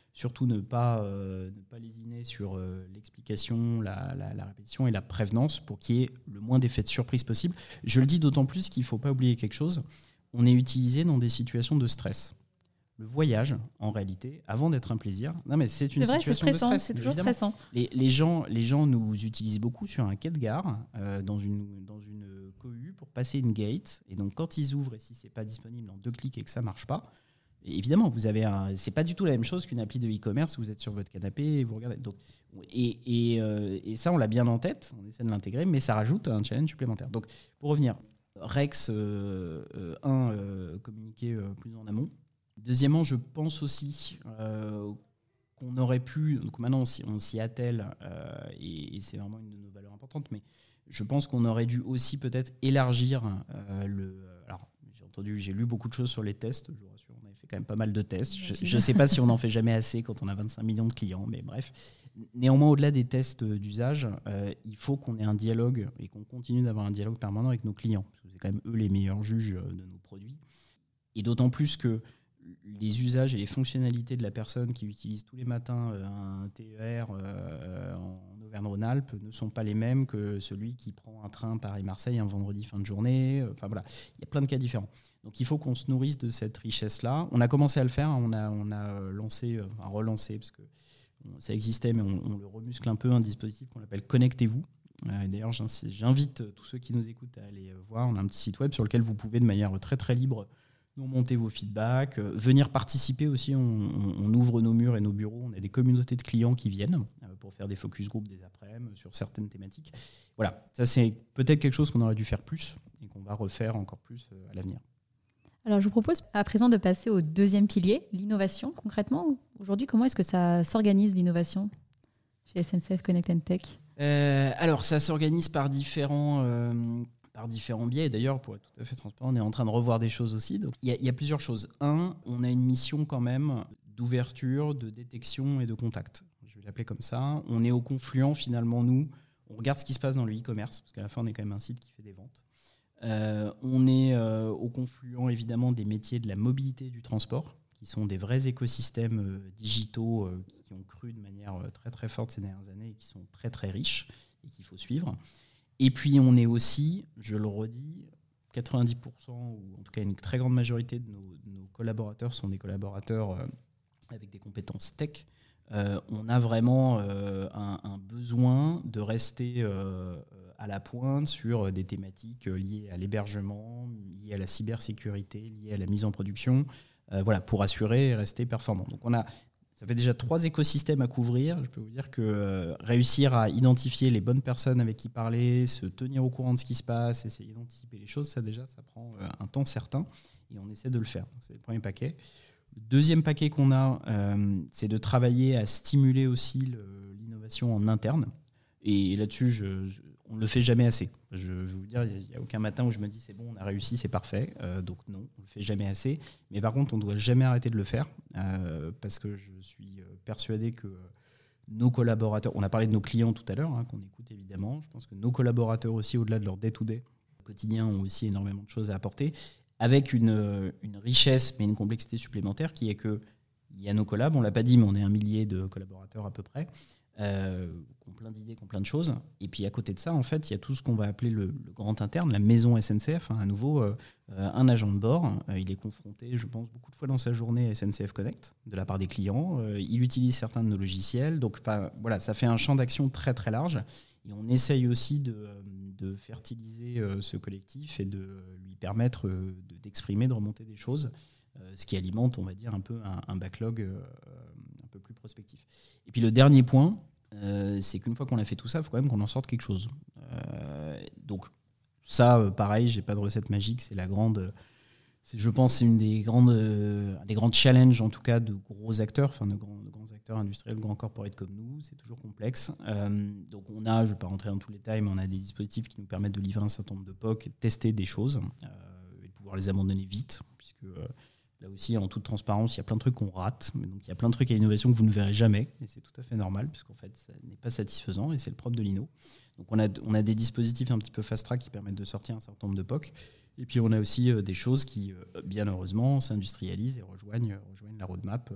surtout ne pas, euh, ne pas lésiner sur euh, l'explication, la, la, la répétition et la prévenance pour qu'il y ait le moins d'effets de surprise possible. Je le dis d'autant plus qu'il ne faut pas oublier quelque chose. On est utilisé dans des situations de stress. Le voyage, en réalité, avant d'être un plaisir, non mais c'est une c'est vrai, situation c'est de stress. c'est toujours évidemment. stressant. Les, les, gens, les gens nous utilisent beaucoup sur un quai de gare, euh, dans, une, dans une cohue, pour passer une gate. Et donc, quand ils ouvrent et si ce n'est pas disponible en deux clics et que ça ne marche pas, et évidemment, vous avez un, c'est pas du tout la même chose qu'une appli de e-commerce où vous êtes sur votre canapé et vous regardez. Donc, et, et, euh, et ça, on l'a bien en tête, on essaie de l'intégrer, mais ça rajoute un challenge supplémentaire. Donc, pour revenir, Rex, euh, euh, un, euh, communiquer euh, plus en amont. Deuxièmement, je pense aussi euh, qu'on aurait pu, donc maintenant on s'y, on s'y attelle euh, et, et c'est vraiment une de nos valeurs importantes, mais je pense qu'on aurait dû aussi peut-être élargir euh, le. Alors, j'ai entendu, j'ai lu beaucoup de choses sur les tests, je vous rassure, on avait fait quand même pas mal de tests. Je ne sais pas si on en fait jamais assez quand on a vingt-cinq millions de clients, mais bref. Néanmoins, au-delà des tests d'usage, euh, il faut qu'on ait un dialogue et qu'on continue d'avoir un dialogue permanent avec nos clients, parce que c'est quand même eux les meilleurs juges de nos produits. Et d'autant plus que les usages et les fonctionnalités de la personne qui utilise tous les matins un T E R euh, en Auvergne-Rhône-Alpes ne sont pas les mêmes que celui qui prend un train Paris-Marseille un vendredi fin de journée. Enfin voilà, il y a plein de cas différents. Donc il faut qu'on se nourrisse de cette richesse-là. On a commencé à le faire, on a, on a lancé, enfin relancé, parce que ça existait, mais on, on le remuscle un peu, un dispositif qu'on appelle Connectez-vous. Euh, d'ailleurs, j'invite tous ceux qui nous écoutent à aller voir. On a un petit site web sur lequel vous pouvez de manière très très libre nous monter vos feedbacks, euh, venir participer aussi. On, on, on ouvre nos murs et nos bureaux. On a des communautés de clients qui viennent euh, pour faire des focus group des après-midi sur certaines thématiques. Voilà, ça c'est peut-être quelque chose qu'on aurait dû faire plus et qu'on va refaire encore plus euh, à l'avenir. Alors je vous propose à présent de passer au deuxième pilier, l'innovation. Concrètement, aujourd'hui, comment est-ce que ça s'organise l'innovation chez S N C F Connect and Tech ? euh, Alors ça s'organise par différents... Euh, par différents biais. Et d'ailleurs, pour être tout à fait transparent, on est en train de revoir des choses aussi. Donc, il y, y a plusieurs choses. Un, on a une mission quand même d'ouverture, de détection et de contact. Je vais l'appeler comme ça. On est au confluent, finalement, nous. On regarde ce qui se passe dans le e-commerce, parce qu'à la fin, on est quand même un site qui fait des ventes. Euh, on est euh, au confluent, évidemment, des métiers de la mobilité et du transport, qui sont des vrais écosystèmes euh, digitaux euh, qui, qui ont cru de manière euh, très, très forte ces dernières années et qui sont très, très riches et qu'il faut suivre. Et puis, on est aussi, je le redis, quatre-vingt-dix pour cent, ou en tout cas une très grande majorité de nos, de nos collaborateurs sont des collaborateurs euh, avec des compétences tech. Euh, on a vraiment euh, un, un besoin de rester euh, à la pointe sur des thématiques liées à l'hébergement, liées à la cybersécurité, liées à la mise en production, euh, voilà, pour assurer et rester performant. Donc, on a... Ça fait déjà trois écosystèmes à couvrir. Je peux vous dire que euh, réussir à identifier les bonnes personnes avec qui parler, se tenir au courant de ce qui se passe, essayer d'anticiper les choses, ça déjà, ça prend euh, un temps certain et on essaie de le faire. Donc, c'est le premier paquet. Le deuxième paquet qu'on a, euh, c'est de travailler à stimuler aussi le, l'innovation en interne. Et là-dessus, je, je, on ne le fait jamais assez. Je vais vous dire, il n'y a, a aucun matin où je me dis c'est bon, on a réussi, c'est parfait. Euh, donc non, on ne le fait jamais assez. Mais par contre, on ne doit jamais arrêter de le faire euh, parce que je suis persuadé que nos collaborateurs, on a parlé de nos clients tout à l'heure, hein, qu'on écoute évidemment. Je pense que nos collaborateurs aussi, au-delà de leur day-to-day quotidien, ont aussi énormément de choses à apporter, avec une, une richesse mais une complexité supplémentaire qui est que il y a nos collabs, on ne l'a pas dit, mais on est un millier de collaborateurs à peu près. Euh, qui ont plein d'idées, qui ont plein de choses. Et puis à côté de ça, en fait, il y a tout ce qu'on va appeler le, le grand interne, la maison S N C F. Hein, à nouveau, euh, un agent de bord, euh, il est confronté, je pense, beaucoup de fois dans sa journée à S N C F Connect, de la part des clients. Euh, il utilise certains de nos logiciels. Donc voilà, ça fait un champ d'action très très large. Et on essaye aussi de, de fertiliser euh, ce collectif et de lui permettre euh, de, d'exprimer, de remonter des choses, euh, ce qui alimente, on va dire, un peu un, un backlog euh, un peu plus prospectif. Et puis le dernier point, Euh, c'est qu'une fois qu'on a fait tout ça, il faut quand même qu'on en sorte quelque chose. Euh, donc ça, euh, pareil, j'ai pas de recette magique. C'est la grande, c'est, je pense, c'est une des grandes, euh, des grands challenges en tout cas de gros acteurs, enfin de grands, de grands acteurs industriels, de grands corporates comme nous. C'est toujours complexe. Euh, donc on a, je vais pas rentrer dans tous les détails, mais on a des dispositifs qui nous permettent de livrer un certain nombre de P O C, tester des choses euh, et de pouvoir les abandonner vite, puisque euh, là aussi, en toute transparence, il y a plein de trucs qu'on rate. Donc, il y a plein de trucs à innovation que vous ne verrez jamais. Et c'est tout à fait normal, puisqu'en fait, ça n'est pas satisfaisant et c'est le propre de l'Inno. Donc, on a, on a des dispositifs un petit peu fast-track qui permettent de sortir un certain nombre de P O C. Et puis, on a aussi euh, des choses qui, euh, bien heureusement, s'industrialisent et rejoignent, rejoignent la roadmap euh,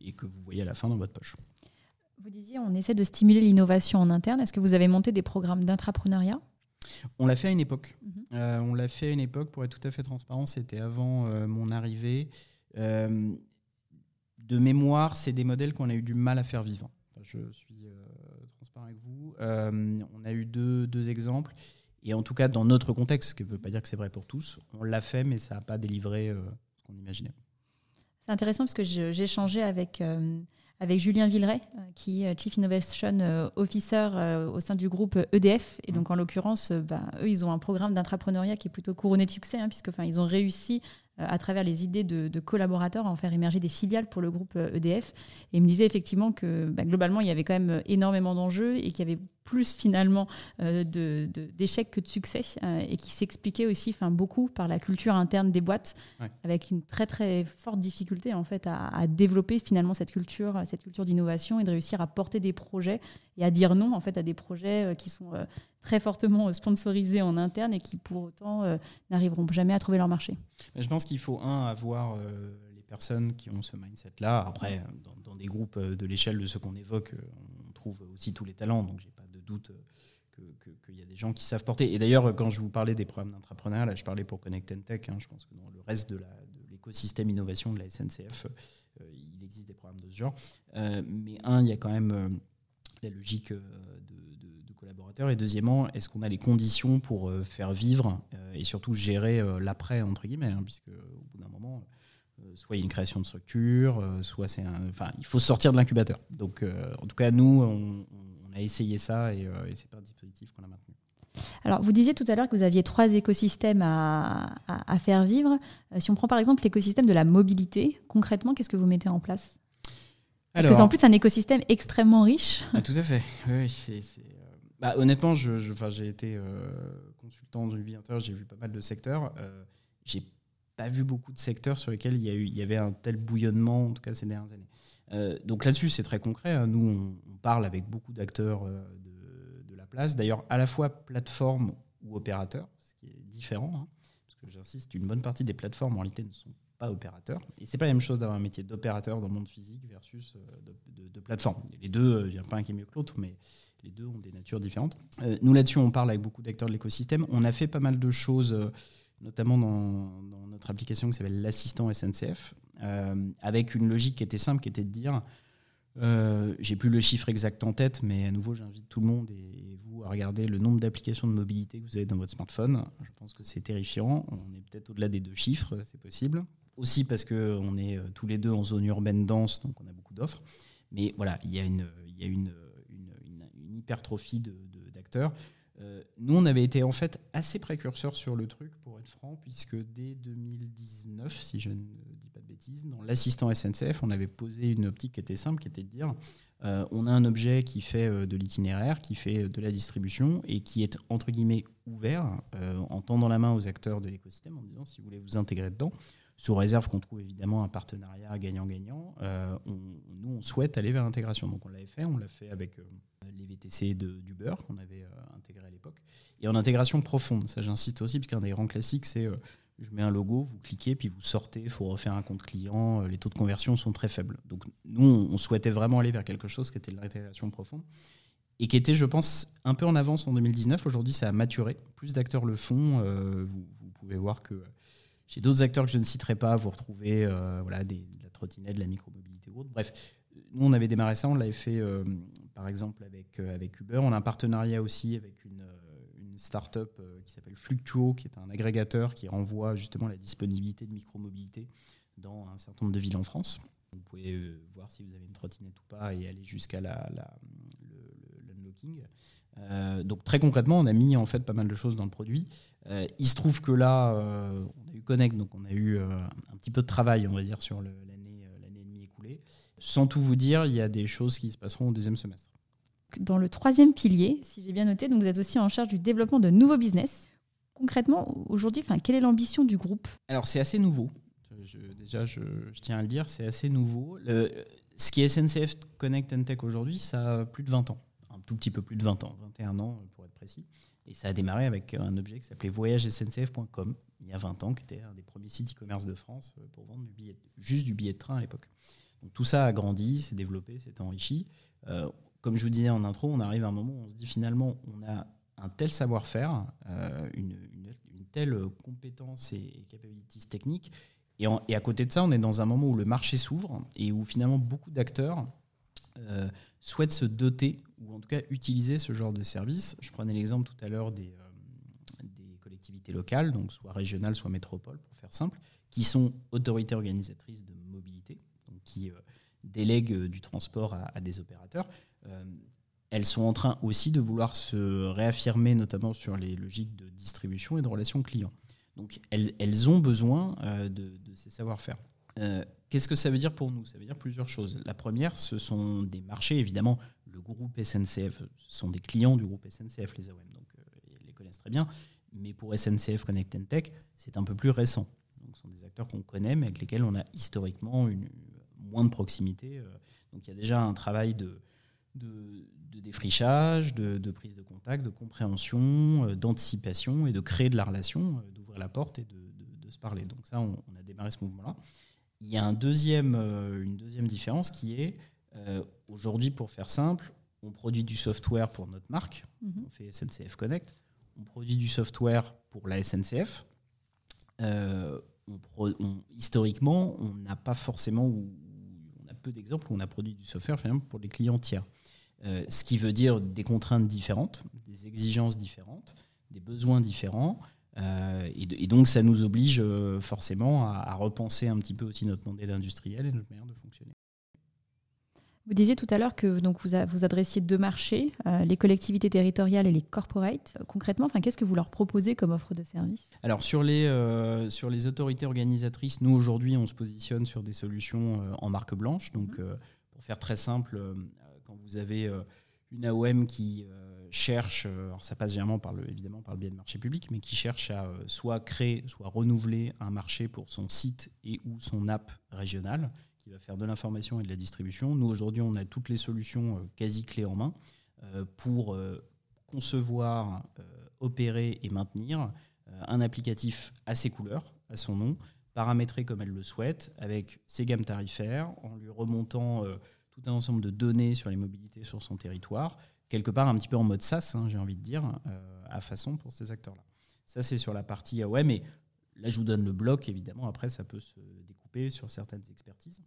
et que vous voyez à la fin dans votre poche. Vous disiez, on essaie de stimuler l'innovation en interne. Est-ce que vous avez monté des programmes d'intrapreneuriat ? On l'a fait à une époque. Mmh. Euh, on l'a fait à une époque, pour être tout à fait transparent, c'était avant euh, mon arrivée. Euh, de mémoire, c'est des modèles qu'on a eu du mal à faire vivre. Enfin, je suis euh, transparent avec vous. Euh, on a eu deux, deux exemples. Et en tout cas, dans notre contexte, ce qui ne veut pas dire que c'est vrai pour tous, on l'a fait, mais ça n'a pas délivré euh, ce qu'on imaginait. C'est intéressant parce que je, j'ai échangé avec, euh, avec Julien Villeray, euh, qui est Chief Innovation euh, Officer euh, au sein du groupe E D F. Et donc, en l'occurrence, euh, bah, eux, ils ont un programme d'intrapreneuriat qui est plutôt couronné de succès, hein, puisque, ils ont réussi, euh, à travers les idées de, de collaborateurs, à en faire émerger des filiales pour le groupe E D F. Et il me disait effectivement que bah, globalement, il y avait quand même énormément d'enjeux et qu'il y avait plus finalement euh, de, de, d'échecs que de succès, euh, et qui s'expliquait aussi beaucoup par la culture interne des boîtes, ouais. Avec une très très forte difficulté en fait à, à développer finalement cette culture, cette culture d'innovation et de réussir à porter des projets et à dire non en fait à des projets qui sont euh, très fortement sponsorisés en interne et qui pour autant euh, n'arriveront jamais à trouver leur marché. Je pense qu'il faut un avoir euh, les personnes qui ont ce mindset-là. Après, dans, dans des groupes de l'échelle de ceux qu'on évoque, on trouve aussi tous les talents, donc j'ai pas de doute que, que, qu'il y a des gens qui savent porter. Et d'ailleurs, quand je vous parlais des programmes d'entrepreneuriat, là, je parlais pour Connect and Tech. Hein, je pense que dans le reste de, la, de l'écosystème innovation de la S N C F, euh, il existe des programmes de ce genre. Euh, mais un, il y a quand même euh, la logique euh, de, de, de collaborateurs. Et deuxièmement, est-ce qu'on a les conditions pour euh, faire vivre euh, et surtout gérer euh, l'après, entre guillemets, hein, puisque au bout d'un moment... Euh, soit il y a une création de structure, euh, soit c'est un... Enfin, il faut sortir de l'incubateur. Donc, euh, en tout cas, nous, on, on a essayé ça et, euh, et c'est pas un dispositif qu'on a maintenu. Alors, vous disiez tout à l'heure que vous aviez trois écosystèmes à, à, à faire vivre. Euh, si on prend par exemple l'écosystème de la mobilité, concrètement, qu'est-ce que vous mettez en place ? Parce Alors, que c'est en plus un écosystème extrêmement riche. Ah, tout à fait. Oui, c'est... c'est euh... bah, honnêtement, je, je, j'ai été euh, consultant de vie intérieure, j'ai vu pas mal de secteurs. Euh, j'ai pas vu beaucoup de secteurs sur lesquels il y, a eu, il y avait un tel bouillonnement, en tout cas ces dernières années. Euh, donc là-dessus, c'est très concret. Hein. Nous, on, on parle avec beaucoup d'acteurs euh, de, de la place. D'ailleurs, à la fois plateforme ou opérateurs, ce qui est différent. Hein, parce que j'insiste, une bonne partie des plateformes, en réalité, ne sont pas opérateurs. Et c'est pas la même chose d'avoir un métier d'opérateur dans le monde physique versus de, de, de plateforme. Les deux, il n'y a pas un qui est mieux que l'autre, mais les deux ont des natures différentes. Euh, nous, là-dessus, on parle avec beaucoup d'acteurs de l'écosystème. On a fait pas mal de choses... Euh, notamment dans, dans notre application qui s'appelle l'assistant S N C F, euh, avec une logique qui était simple, qui était de dire, euh, j'ai plus le chiffre exact en tête, mais à nouveau, j'invite tout le monde et, et vous à regarder le nombre d'applications de mobilité que vous avez dans votre smartphone. Je pense que c'est terrifiant. On est peut-être au-delà des deux chiffres, c'est possible. Aussi parce qu'on est tous les deux en zone urbaine dense, donc on a beaucoup d'offres. Mais voilà, il y a une, il y a une, une, une, une hypertrophie de, de, d'acteurs. Euh, nous, on avait été en fait assez précurseurs sur le truc, pour être franc, puisque dès deux mille dix-neuf, si je ne dis pas de bêtises, dans l'assistant S N C F, on avait posé une optique qui était simple, qui était de dire euh, on a un objet qui fait euh, de l'itinéraire, qui fait euh, de la distribution et qui est entre guillemets ouvert, euh, en tendant la main aux acteurs de l'écosystème, en disant si vous voulez vous intégrer dedans, sous réserve qu'on trouve évidemment un partenariat gagnant-gagnant, euh, on, nous on souhaite aller vers l'intégration. Donc on l'avait fait, on l'a fait avec euh, les V T C de, d'Uber qu'on avait euh, intégré à l'époque, et en intégration profonde. Ça j'insiste aussi, parce qu'un des grands classiques c'est euh, je mets un logo, vous cliquez, puis vous sortez, il faut refaire un compte client, euh, les taux de conversion sont très faibles. Donc nous on, on souhaitait vraiment aller vers quelque chose qui était de l'intégration profonde, et qui était, je pense, un peu en avance en deux mille dix-neuf. Aujourd'hui ça a maturé, plus d'acteurs le font, euh, vous, vous pouvez voir que chez d'autres acteurs que je ne citerai pas, vous retrouvez euh, voilà, des, de la trottinette, de la micromobilité ou autre. Bref, nous, on avait démarré ça, on l'avait fait, euh, par exemple, avec, euh, avec Uber. On a un partenariat aussi avec une, euh, une start-up euh, qui s'appelle Fluctuo, qui est un agrégateur qui renvoie justement la disponibilité de micromobilité dans un certain nombre de villes en France. Vous pouvez euh, voir si vous avez une trottinette ou pas et aller jusqu'à la, la, le, le, l'unlocking. Euh, donc très concrètement, on a mis en fait pas mal de choses dans le produit. Euh, il se trouve que là, euh, on a eu Connect, donc on a eu euh, un petit peu de travail, on va dire, sur le, l'année, euh, l'année et demie écoulée. Sans tout vous dire, il y a des choses qui se passeront au deuxième semestre. Dans le troisième pilier, si j'ai bien noté, donc vous êtes aussi en charge du développement de nouveaux business. Concrètement, aujourd'hui, quelle est l'ambition du groupe ? Alors c'est assez nouveau. Je, déjà, je, je tiens à le dire, c'est assez nouveau. Le, ce qui est S N C F Connect and Tech aujourd'hui, ça a plus de vingt ans. Un tout petit peu plus de vingt ans, vingt et un ans pour être précis. Et ça a démarré avec un objet qui s'appelait voyage S N C F point com, il y a vingt ans, qui était un des premiers sites e-commerce de France pour vendre du billet, juste du billet de train à l'époque. Donc, tout ça a grandi, s'est développé, s'est enrichi. Euh, comme je vous disais en intro, on arrive à un moment où on se dit finalement, on a un tel savoir-faire, euh, une, une, une telle compétence et, et capabilities techniques, et, en, et à côté de ça, on est dans un moment où le marché s'ouvre et où finalement beaucoup d'acteurs euh, souhaitent se doter, ou en tout cas utiliser ce genre de service. Je prenais l'exemple tout à l'heure des, euh, des collectivités locales, donc soit régionales, soit métropoles, pour faire simple, qui sont autorités organisatrices de mobilité, donc qui euh, délèguent euh, du transport à, à des opérateurs. Euh, elles sont en train aussi de vouloir se réaffirmer, notamment sur les logiques de distribution et de relations clients. Donc elles, elles ont besoin euh, de, de ces savoir-faire. Euh, qu'est-ce que ça veut dire pour nous ? Ça veut dire plusieurs choses. La première, ce sont des marchés, évidemment, le groupe S N C F, ce sont des clients du groupe S N C F, les A O M, donc euh, ils les connaissent très bien. Mais pour S N C F Connect and Tech, c'est un peu plus récent. Donc ce sont des acteurs qu'on connaît, mais avec lesquels on a historiquement une, moins de proximité. Donc il y a déjà un travail de, de, de défrichage, de, de prise de contact, de compréhension, d'anticipation et de créer de la relation, d'ouvrir la porte et de, de, de se parler. Donc ça, on, on a démarré ce mouvement-là. Il y a un deuxième, une deuxième différence qui est, euh, aujourd'hui, pour faire simple, on produit du software pour notre marque, mmh. on fait S N C F Connect, on produit du software pour la S N C F. Euh, on pro, on, historiquement, on n'a pas forcément, ou on a peu d'exemples où on a produit du software finalement pour les clients tiers. Euh, ce qui veut dire des contraintes différentes, des exigences différentes, des besoins différents. Euh, et, de, et donc, ça nous oblige euh, forcément à, à repenser un petit peu aussi notre modèle industriel et notre manière de fonctionner. Vous disiez tout à l'heure que donc, vous, a, vous adressiez deux marchés, euh, les collectivités territoriales et les corporates. Concrètement, qu'est-ce que vous leur proposez comme offre de service ? Alors, sur les, euh, sur les autorités organisatrices, nous, aujourd'hui, on se positionne sur des solutions euh, en marque blanche. Donc, mmh. euh, pour faire très simple, euh, quand vous avez euh, une A O M qui euh, cherche, euh, alors ça passe généralement par le, évidemment par le biais de marché public, mais qui cherche à euh, soit créer, soit renouveler un marché pour son site et ou son app régionale, qui va faire de l'information et de la distribution. Nous, aujourd'hui, on a toutes les solutions euh, quasi clés en main euh, pour euh, concevoir, euh, opérer et maintenir euh, un applicatif à ses couleurs, à son nom, paramétré comme elle le souhaite, avec ses gammes tarifaires, en lui remontant euh, tout un ensemble de données sur les mobilités sur son territoire, quelque part un petit peu en mode SaaS, hein, j'ai envie de dire, euh, à façon pour ces acteurs-là. Ça, c'est sur la partie A O M, et là, je vous donne le bloc, évidemment, après, ça peut se découper sur certaines expertises.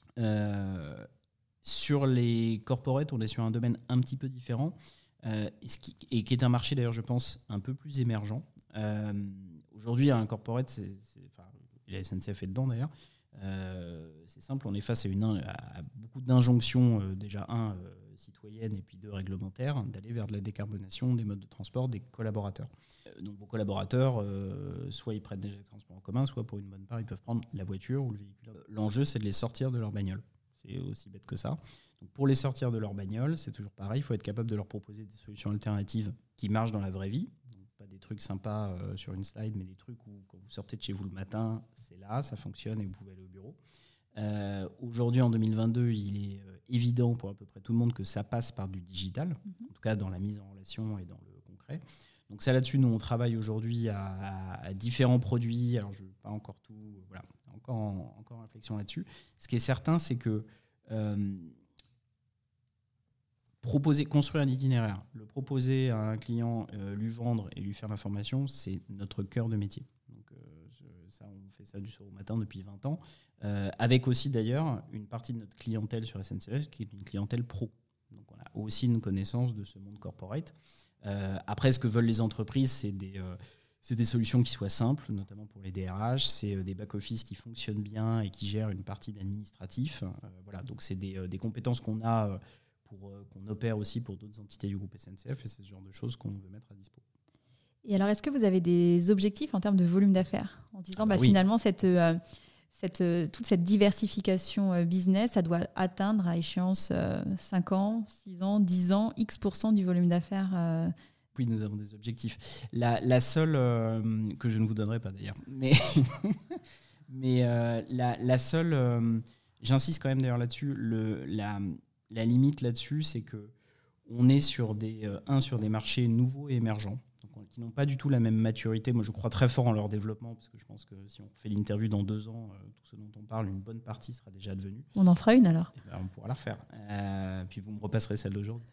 Euh, sur les corporates, on est sur un domaine un petit peu différent, euh, et, ce qui, et qui est un marché, d'ailleurs, je pense, un peu plus émergent. Euh, aujourd'hui, un corporate, c'est, c'est, enfin, la S N C F est dedans, d'ailleurs, euh, c'est simple, on est face à, une, à beaucoup d'injonctions, euh, déjà, un, euh, citoyennes, et puis deux, réglementaires, d'aller vers de la décarbonation des modes de transport des collaborateurs. Donc vos collaborateurs, euh, soit ils prennent déjà le transport en commun, soit pour une bonne part, ils peuvent prendre la voiture ou le véhicule. L'enjeu, c'est de les sortir de leur bagnole. C'est aussi bête que ça. Donc pour les sortir de leur bagnole, c'est toujours pareil, il faut être capable de leur proposer des solutions alternatives qui marchent dans la vraie vie. Donc, pas des trucs sympas euh, sur une slide, mais des trucs où quand vous sortez de chez vous le matin, c'est là, ça fonctionne et vous pouvez aller au bureau. Euh, aujourd'hui, en deux mille vingt-deux, il est euh, évident pour à peu près tout le monde que ça passe par du digital, mmh. en tout cas dans la mise en relation et dans le concret. Donc ça, là-dessus, nous, on travaille aujourd'hui à, à, à différents produits. Alors, je ne veux pas encore tout... Voilà, encore en, encore en réflexion là-dessus. Ce qui est certain, c'est que euh, proposer, construire un itinéraire, le proposer à un client, euh, lui vendre et lui faire l'information, c'est notre cœur de métier. Donc euh, ça, on fait ça du soir au matin depuis vingt ans. Euh, avec aussi, d'ailleurs, une partie de notre clientèle sur S N C F qui est une clientèle pro. Donc on a aussi une connaissance de ce monde corporate. Euh, après, ce que veulent les entreprises, c'est des, euh, c'est des solutions qui soient simples, notamment pour les D R H. C'est euh, des back-office qui fonctionnent bien et qui gèrent une partie d'administratif. Euh, voilà, donc, c'est des, euh, des compétences qu'on a, euh, pour, euh, qu'on opère aussi pour d'autres entités du groupe S N C F, et c'est ce genre de choses qu'on veut mettre à dispo. Et alors, est-ce que vous avez des objectifs en termes de volume d'affaires ? En disant, bah, oui. finalement, cette, euh, cette, euh, toute cette diversification euh, business, ça doit atteindre à échéance euh, cinq ans, six ans, dix ans, X pour cent du volume d'affaires euh... Oui, nous avons des objectifs. La, la seule, euh, que je ne vous donnerai pas d'ailleurs, mais, mais euh, la, la seule, euh, j'insiste quand même d'ailleurs là-dessus, le, la, la limite là-dessus, c'est qu'on est sur des, euh, un, sur des marchés nouveaux et émergents. Donc qui n'ont pas du tout la même maturité. Moi, je crois très fort en leur développement, parce que je pense que si on fait l'interview dans deux ans, euh, tout ce dont on parle, une bonne partie sera déjà devenue. On en fera une alors. Et ben, on pourra la refaire. Euh, puis vous me repasserez celle d'aujourd'hui.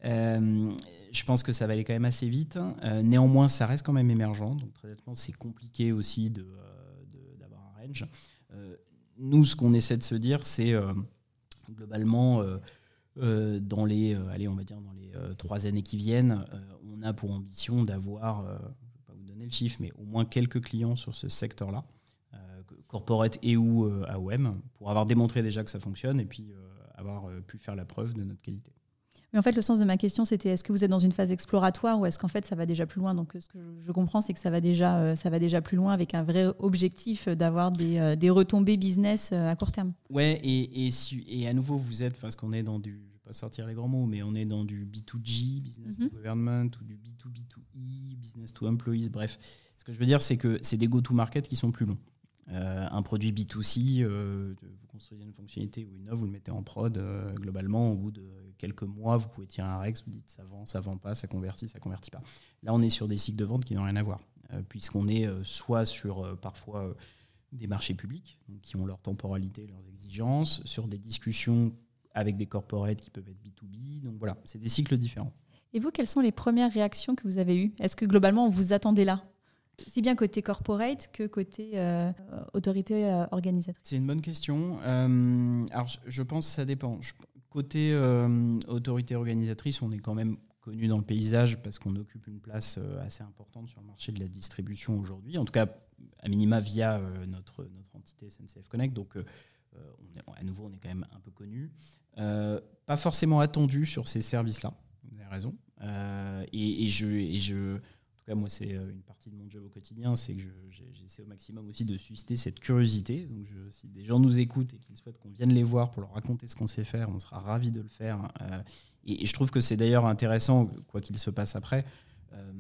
Euh, je pense que ça va aller quand même assez vite. Euh, néanmoins, ça reste quand même émergent. Donc, très honnêtement, c'est compliqué aussi de, euh, de, d'avoir un range. Euh, nous, ce qu'on essaie de se dire, c'est euh, globalement, euh, euh, dans les, euh, allez, on va dire dans les euh, trois années qui viennent, euh, on a pour ambition d'avoir, euh, je ne vais pas vous donner le chiffre, mais au moins quelques clients sur ce secteur-là, euh, corporate et ou euh, A O M, pour avoir démontré déjà que ça fonctionne et puis euh, avoir euh, pu faire la preuve de notre qualité. Mais en fait, le sens de ma question, c'était est-ce que vous êtes dans une phase exploratoire ou est-ce qu'en fait, ça va déjà plus loin? Donc, ce que je comprends, c'est que ça va déjà, euh, ça va déjà plus loin avec un vrai objectif d'avoir des, euh, des retombées business euh, à court terme. Ouais, et, et, si, et à nouveau, vous êtes, parce qu'on est dans du, je ne vais pas sortir les grands mots, mais on est dans du B deux G, business mm-hmm. to government, ou du B deux B deux E, business to employees, bref. Ce que je veux dire, c'est que c'est des go-to-market qui sont plus longs. Euh, un produit B deux C, euh, vous construisez une fonctionnalité ou une offre, vous le mettez en prod, euh, globalement, au bout de quelques mois, vous pouvez tirer un Rex, vous dites ça vend, ça vend pas, ça convertit, ça convertit pas. Là, on est sur des cycles de vente qui n'ont rien à voir, euh, puisqu'on est euh, soit sur euh, parfois euh, des marchés publics, donc, qui ont leur temporalité, leurs exigences, sur des discussions avec des corporates qui peuvent être B deux B. Donc voilà, c'est des cycles différents. Et vous, quelles sont les premières réactions que vous avez eues? Est-ce que globalement, on vous attendait là? Si bien côté corporate que côté euh, autorité euh, organisatrice? C'est une bonne question. Euh, alors, je, je pense que ça dépend. Je, côté euh, autorité organisatrice, on est quand même connu dans le paysage parce qu'on occupe une place euh, assez importante sur le marché de la distribution aujourd'hui. En tout cas, à minima via euh, notre, notre entité S N C F Connect. Donc, euh, on est, à nouveau, on est quand même un peu connu. Euh, pas forcément attendu sur ces services-là. Vous avez raison. Euh, et, et je... Et je moi, c'est une partie de mon job au quotidien, c'est que je, j'essaie au maximum aussi de susciter cette curiosité. Donc, je, si des gens nous écoutent et qu'ils souhaitent qu'on vienne les voir pour leur raconter ce qu'on sait faire, on sera ravis de le faire. Euh, et, et je trouve que c'est d'ailleurs intéressant, quoi qu'il se passe après, euh,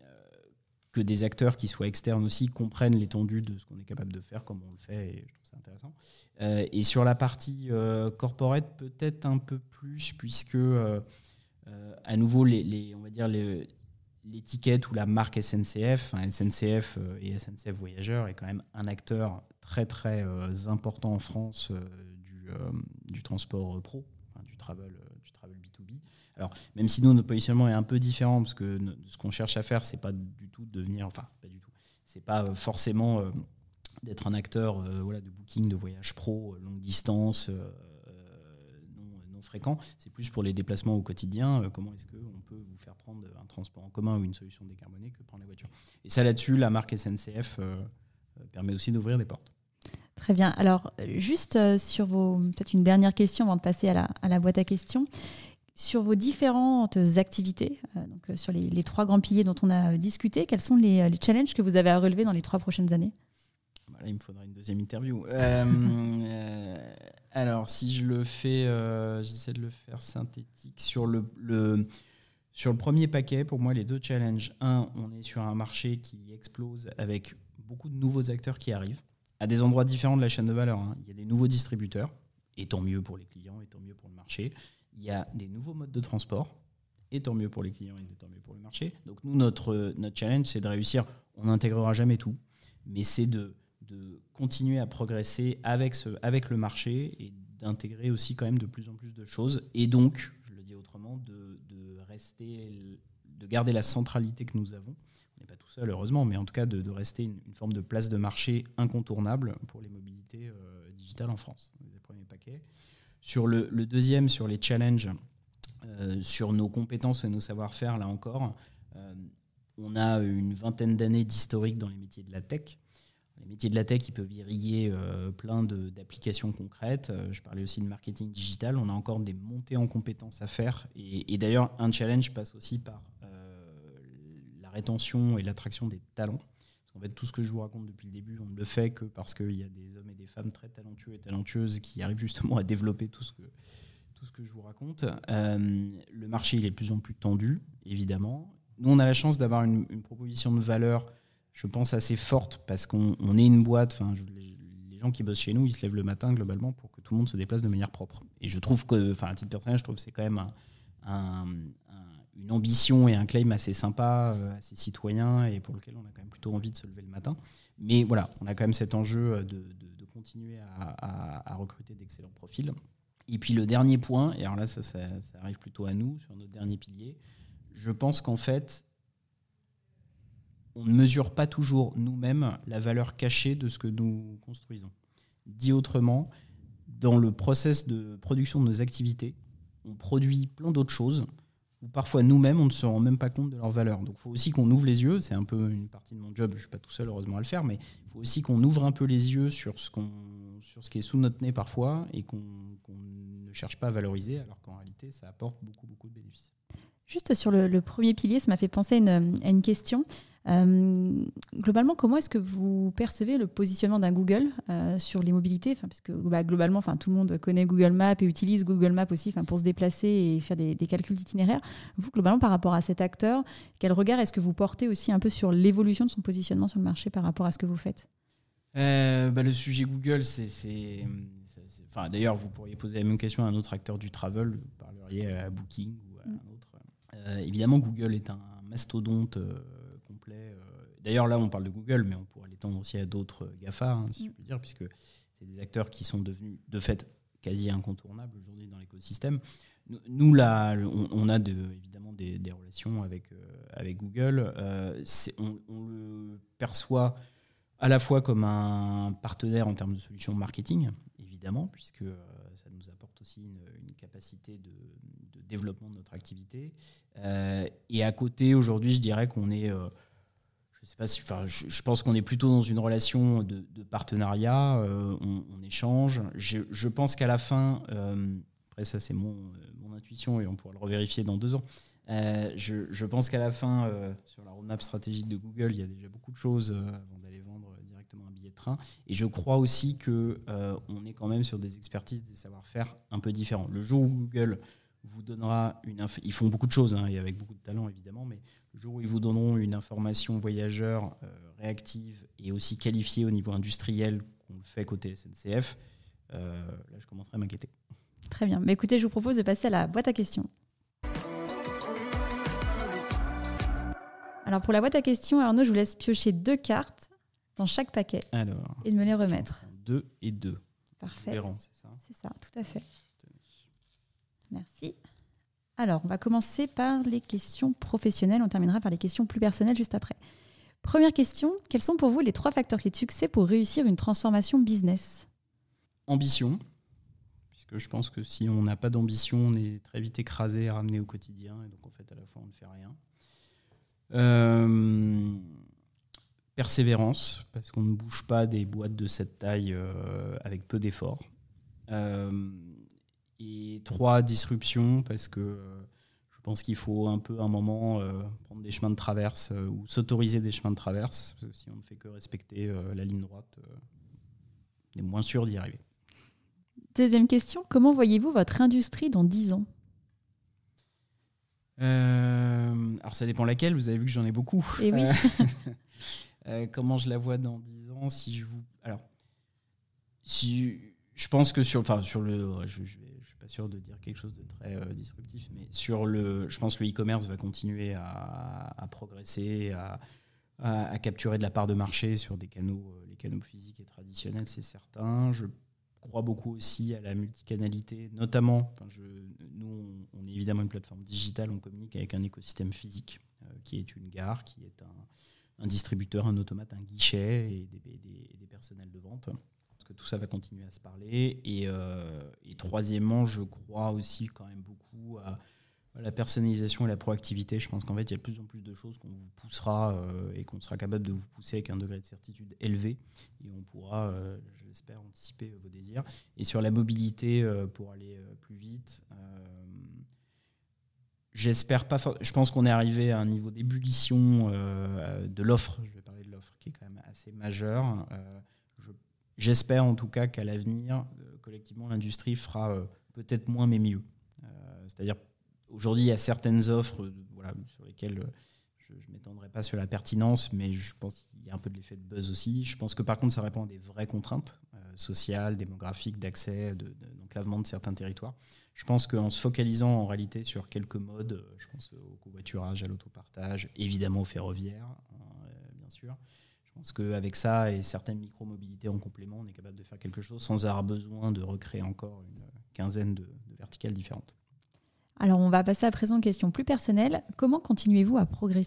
que des acteurs qui soient externes aussi comprennent l'étendue de ce qu'on est capable de faire, comme on le fait, et je trouve ça intéressant. Euh, et sur la partie euh, corporate, peut-être un peu plus, puisque, euh, euh, à nouveau, les, les, on va dire les l'étiquette ou la marque S N C F, hein, S N C F et S N C F Voyageurs est quand même un acteur très très euh, important en France euh, du, euh, du transport pro, hein, du travel, euh, du travel B deux B. Alors même si nous notre positionnement est un peu différent parce que ne, ce qu'on cherche à faire c'est pas du tout de devenir, enfin pas du tout, c'est pas euh, forcément euh, d'être un acteur euh, voilà, de booking de voyage pro euh, longue distance. Euh, fréquent, c'est plus pour les déplacements au quotidien, euh, comment est-ce qu'on peut vous faire prendre un transport en commun ou une solution décarbonée que prendre la voiture. Et ça là-dessus, la marque S N C F euh, euh, permet aussi d'ouvrir des portes. Très bien. Alors, juste euh, sur vos, peut-être une dernière question avant de passer à la, à la boîte à questions. Sur vos différentes activités, euh, donc, euh, sur les, les trois grands piliers dont on a euh, discuté, quels sont les, les challenges que vous avez à relever dans les trois prochaines années? Là, il me faudra une deuxième interview. Euh, euh, alors, si je le fais, euh, j'essaie de le faire synthétique. Sur le, le, sur le premier paquet, pour moi, les deux challenges. Un, on est sur un marché qui explose avec beaucoup de nouveaux acteurs qui arrivent à des endroits différents de la chaîne de valeur. Hein. Il y a des nouveaux distributeurs, et tant mieux pour les clients, et tant mieux pour le marché. Il y a des nouveaux modes de transport, et tant mieux pour les clients, et tant mieux pour le marché. Donc, nous, notre, notre challenge, c'est de réussir. On n'intégrera jamais tout, mais c'est de de continuer à progresser avec, ce, avec le marché et d'intégrer aussi quand même de plus en plus de choses. Et donc, je le dis autrement, de, de rester, de garder la centralité que nous avons. On n'est pas tout seul, heureusement, mais en tout cas de, de rester une, une forme de place de marché incontournable pour les mobilités euh, digitales en France. C'est le premier paquet. Sur le, le deuxième, sur les challenges, euh, sur nos compétences et nos savoir-faire, là encore, euh, on a une vingtaine d'années d'historique dans les métiers de la tech. Les métiers de la tech, ils peuvent irriguer euh, plein de, d'applications concrètes. Euh, je parlais aussi de marketing digital. On a encore des montées en compétences à faire. Et, et d'ailleurs, un challenge passe aussi par euh, la rétention et l'attraction des talents. Parce qu'en fait, tout ce que je vous raconte depuis le début, on ne le fait que parce qu'il y a des hommes et des femmes très talentueux et talentueuses qui arrivent justement à développer tout ce que, tout ce que je vous raconte. Euh, le marché, il est de plus en plus tendu, évidemment. Nous, on a la chance d'avoir une, une proposition de valeur, je pense, assez forte parce qu'on on est une boîte. Enfin, je, les, les gens qui bossent chez nous, ils se lèvent le matin globalement pour que tout le monde se déplace de manière propre. Et je trouve que, enfin, à titre personnel, je trouve que c'est quand même un, un, un, une ambition et un claim assez sympa, euh, assez citoyen, et pour lequel on a quand même plutôt envie de se lever le matin. Mais voilà, on a quand même cet enjeu de, de, de continuer à, à, à recruter d'excellents profils. Et puis le dernier point, et alors là, ça, ça, ça arrive plutôt à nous, sur notre dernier pilier, je pense qu'en fait, on ne mesure pas toujours nous-mêmes la valeur cachée de ce que nous construisons. Dit autrement, dans le process de production de nos activités, on produit plein d'autres choses où parfois nous-mêmes, on ne se rend même pas compte de leur valeur. Donc il faut aussi qu'on ouvre les yeux, c'est un peu une partie de mon job, je ne suis pas tout seul heureusement à le faire, mais il faut aussi qu'on ouvre un peu les yeux sur ce, qu'on, sur ce qui est sous notre nez parfois et qu'on, qu'on ne cherche pas à valoriser, alors qu'en réalité, ça apporte beaucoup, beaucoup de bénéfices. Juste sur le, le premier pilier, ça m'a fait penser à une, à une question. Euh, globalement, comment est-ce que vous percevez le positionnement d'un Google euh, sur les mobilités, enfin, parce que bah, globalement, enfin, tout le monde connaît Google Maps et utilise Google Maps aussi enfin, pour se déplacer et faire des, des calculs d'itinéraire. Vous, globalement, par rapport à cet acteur, quel regard est-ce que vous portez aussi un peu sur l'évolution de son positionnement sur le marché par rapport à ce que vous faites ? euh, bah, Le sujet Google, c'est... c'est, c'est, c'est enfin, d'ailleurs, vous pourriez poser la même question à un autre acteur du travel, vous parleriez à Booking ou à mm. un autre. Euh, évidemment, Google est un mastodonte euh, complet. Euh, d'ailleurs, là, on parle de Google, mais on pourrait l'étendre aussi à d'autres GAFA, hein, si mm. je peux dire, puisque c'est des acteurs qui sont devenus, de fait, quasi incontournables aujourd'hui dans l'écosystème. Nous, là, on, on a de, évidemment des, des relations avec, euh, avec Google. Euh, c'est, on, on le perçoit à la fois comme un partenaire en termes de solutions marketing, évidemment, puisque euh, ça nous apporte aussi une, une capacité de, de développement de notre activité. Euh, et à côté, aujourd'hui, je dirais qu'on est, euh, je sais pas si, enfin, je, je pense qu'on est plutôt dans une relation de, de partenariat. Euh, on, on échange. Je, je pense qu'à la fin, euh, après ça c'est mon, mon intuition et on pourra le revérifier dans deux ans. Euh, je, je pense qu'à la fin, euh, sur la roadmap stratégique de Google, il y a déjà beaucoup de choses euh, avant d'aller vendre directement un billet de train. Et je crois aussi qu'on euh, est quand même sur des expertises, des savoir-faire un peu différents. Le jour où Google vous donnera une... Inf- ils font beaucoup de choses, hein, et avec beaucoup de talent évidemment, mais le jour où ils vous donneront une information voyageur euh, réactive et aussi qualifiée au niveau industriel qu'on le fait côté S N C F, euh, là je commencerai à m'inquiéter. Très bien. Mais écoutez, je vous propose de passer à la boîte à questions. Alors pour la boîte à questions, Arnaud, je vous laisse piocher deux cartes dans chaque paquet. Alors, et de me les remettre. Deux et deux. Parfait. Différents, c'est ça ? C'est ça, tout à fait. Merci. Alors, on va commencer par les questions professionnelles. On terminera par les questions plus personnelles juste après. Première question, quels sont pour vous les trois facteurs clés de succès pour réussir une transformation business ? Ambition, puisque je pense que si on n'a pas d'ambition, on est très vite écrasé, ramené au quotidien, et donc en fait à la fin on ne fait rien. Euh, persévérance, parce qu'on ne bouge pas des boîtes de cette taille euh, avec peu d'efforts. Euh, et trois, disruption, parce que euh, je pense qu'il faut un peu un moment euh, prendre des chemins de traverse euh, ou s'autoriser des chemins de traverse, parce que si on ne fait que respecter euh, la ligne droite, euh, on est moins sûr d'y arriver. Deuxième question, comment voyez-vous votre industrie dans dix ans ? Euh, alors ça dépend laquelle, vous avez vu que j'en ai beaucoup. Et oui. euh, comment je la vois dans dix ans si je vous... Alors, si, je pense que sur, enfin, sur le... Je ne suis pas sûr de dire quelque chose de très euh, disruptif, mais sur le... Je pense que le e-commerce va continuer à, à progresser, à, à, à capturer de la part de marché sur des canaux, euh, les canaux physiques et traditionnels, c'est certain. Je crois beaucoup aussi à la multicanalité, notamment, enfin je, nous on, on est évidemment une plateforme digitale, on communique avec un écosystème physique euh, qui est une gare, qui est un, un distributeur, un automate, un guichet et des, des, des personnels de vente. Parce que tout ça va continuer à se parler. Et, euh, et troisièmement, je crois aussi quand même beaucoup à, à la personnalisation et la proactivité. Je pense qu'en fait, il y a de plus en plus de choses qu'on vous poussera euh, et qu'on sera capable de vous pousser avec un degré de certitude élevé. Et on pourra, euh, j'espère, anticiper vos désirs. Et sur la mobilité, euh, pour aller euh, plus vite, euh, j'espère pas... For- je pense qu'on est arrivé à un niveau d'ébullition euh, de l'offre. Je vais parler de l'offre qui est quand même assez majeure. Euh, je, j'espère en tout cas qu'à l'avenir, euh, collectivement, l'industrie fera euh, peut-être moins mais mieux. Euh, c'est-à-dire aujourd'hui, il y a certaines offres euh, voilà, sur lesquelles euh, je ne m'étendrai pas sur la pertinence, mais je pense qu'il y a un peu de l'effet de buzz aussi. Je pense que par contre, ça répond à des vraies contraintes euh, sociales, démographiques, d'accès, de, de, d'enclavement de certains territoires. Je pense qu'en se focalisant en réalité sur quelques modes, je pense au covoiturage, à l'autopartage, évidemment au ferroviaire, euh, bien sûr. Je pense qu'avec ça et certaines micro-mobilités en complément, on est capable de faire quelque chose sans avoir besoin de recréer encore une quinzaine de, de verticales différentes. Alors, on va passer à présent aux questions plus personnelles. Comment continuez-vous à progresser ?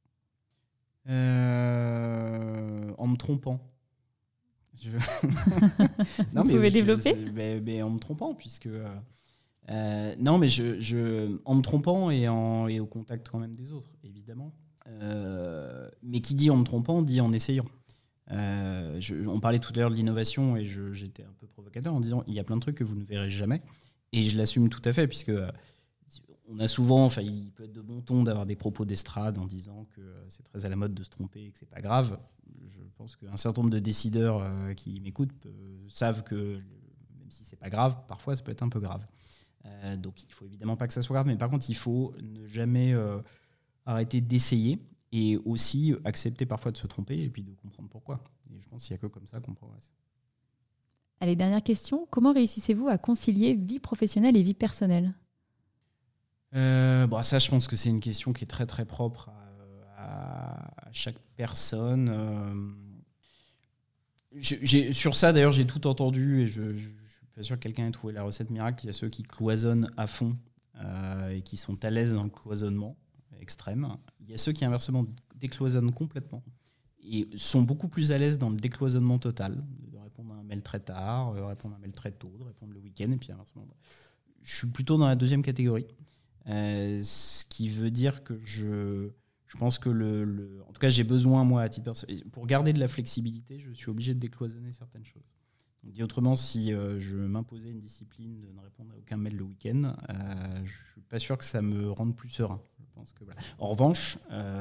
euh, En me trompant. Je... non, Vous mais, pouvez je, développer je, mais, mais en me trompant, puisque... Euh, non, mais je, je, en me trompant et, en, et au contact quand même des autres, évidemment. Euh, mais qui dit en me trompant, dit en essayant. Euh, je, on parlait tout à l'heure de l'innovation et je, j'étais un peu provocateur en disant il y a plein de trucs que vous ne verrez jamais. Et je l'assume tout à fait, puisque euh, on a souvent, enfin, il peut être de bon ton d'avoir des propos d'estrade en disant que euh, c'est très à la mode de se tromper et que c'est pas grave. Je pense qu'un certain nombre de décideurs euh, qui m'écoutent euh, savent que même si c'est pas grave, parfois ça peut être un peu grave. Euh, donc il faut évidemment pas que ça soit grave, mais par contre il faut ne jamais euh, arrêter d'essayer et aussi accepter parfois de se tromper et puis de comprendre pourquoi. Et je pense qu'il n'y a que comme ça qu'on progresse. Allez, dernière question. Comment réussissez-vous à concilier vie professionnelle et vie personnelle ? euh, bon, Ça, je pense que c'est une question qui est très très propre à, à chaque personne. Euh, j'ai, sur ça, d'ailleurs, j'ai tout entendu et je... je Je suis pas sûr que quelqu'un ait trouvé la recette miracle. Il y a ceux qui cloisonnent à fond euh, et qui sont à l'aise dans le cloisonnement extrême. Il y a ceux qui, inversement, décloisonnent complètement et sont beaucoup plus à l'aise dans le décloisonnement total, de répondre à un mail très tard, de répondre à un mail très tôt, de répondre le week-end. Et puis, inversement, je suis plutôt dans la deuxième catégorie. Euh, ce qui veut dire que je, je pense que, le, le, en tout cas, j'ai besoin, moi, à titre personnel, pour garder de la flexibilité, je suis obligé de décloisonner certaines choses. Donc, dit autrement, si euh, je m'imposais une discipline de ne répondre à aucun mail le week-end, euh, je ne suis pas sûr que ça me rende plus serein. Je pense que, voilà. En revanche,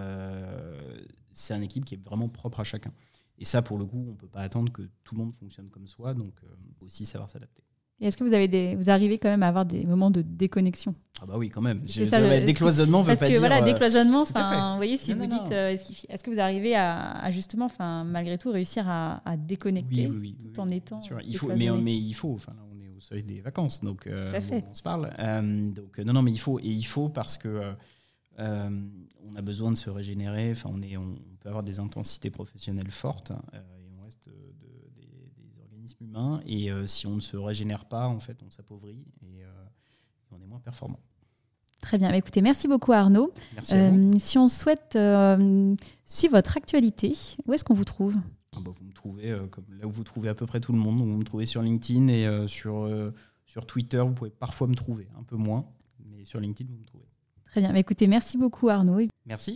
euh, c'est une équipe qui est vraiment propre à chacun. Et ça, pour le coup, on ne peut pas attendre que tout le monde fonctionne comme soi, donc il euh, faut aussi savoir s'adapter. Et est-ce que vous, avez des, vous arrivez quand même à avoir des moments de déconnexion ? Ah bah oui, quand même. Je, ça, le, décloisonnement ne veut pas que, dire... Parce que voilà, décloisonnement, vous voyez, si non, vous non, dites, non. Euh, est-ce, est-ce que vous arrivez à, à justement, malgré tout, réussir à, à déconnecter oui, oui, oui, tout oui, en étant il faut, mais, mais il faut, enfin là on est au seuil des vacances, donc euh, bon, on se parle. Euh, donc non, non, mais il faut, et il faut parce que euh, on a besoin de se régénérer, enfin on, est, on peut avoir des intensités professionnelles fortes, euh, et on reste de, de, des, des organismes humains, et euh, si on ne se régénère pas, en fait, on s'appauvrit, et, euh, et on est moins performant. Très bien. Écoutez, merci beaucoup Arnaud. Merci à vous. Euh, si on souhaite euh, suivre votre actualité, où est-ce qu'on vous trouve ? ah bah, Vous me trouvez euh, comme là où vous trouvez à peu près tout le monde. Donc vous me trouvez sur LinkedIn et euh, sur, euh, sur Twitter, vous pouvez parfois me trouver, un peu moins, mais sur LinkedIn, vous me trouvez. Très bien. Bah, écoutez, merci beaucoup Arnaud. Merci.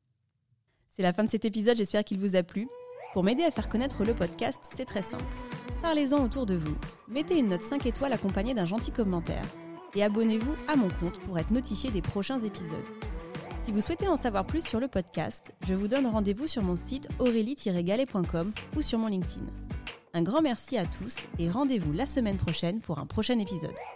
C'est la fin de cet épisode, j'espère qu'il vous a plu. Pour m'aider à faire connaître le podcast, c'est très simple. Parlez-en autour de vous. Mettez une note cinq étoiles accompagnée d'un gentil commentaire. Et abonnez-vous à mon compte pour être notifié des prochains épisodes. Si vous souhaitez en savoir plus sur le podcast, je vous donne rendez-vous sur mon site aurélie tiret gallet point com ou sur mon LinkedIn. Un grand merci à tous et rendez-vous la semaine prochaine pour un prochain épisode.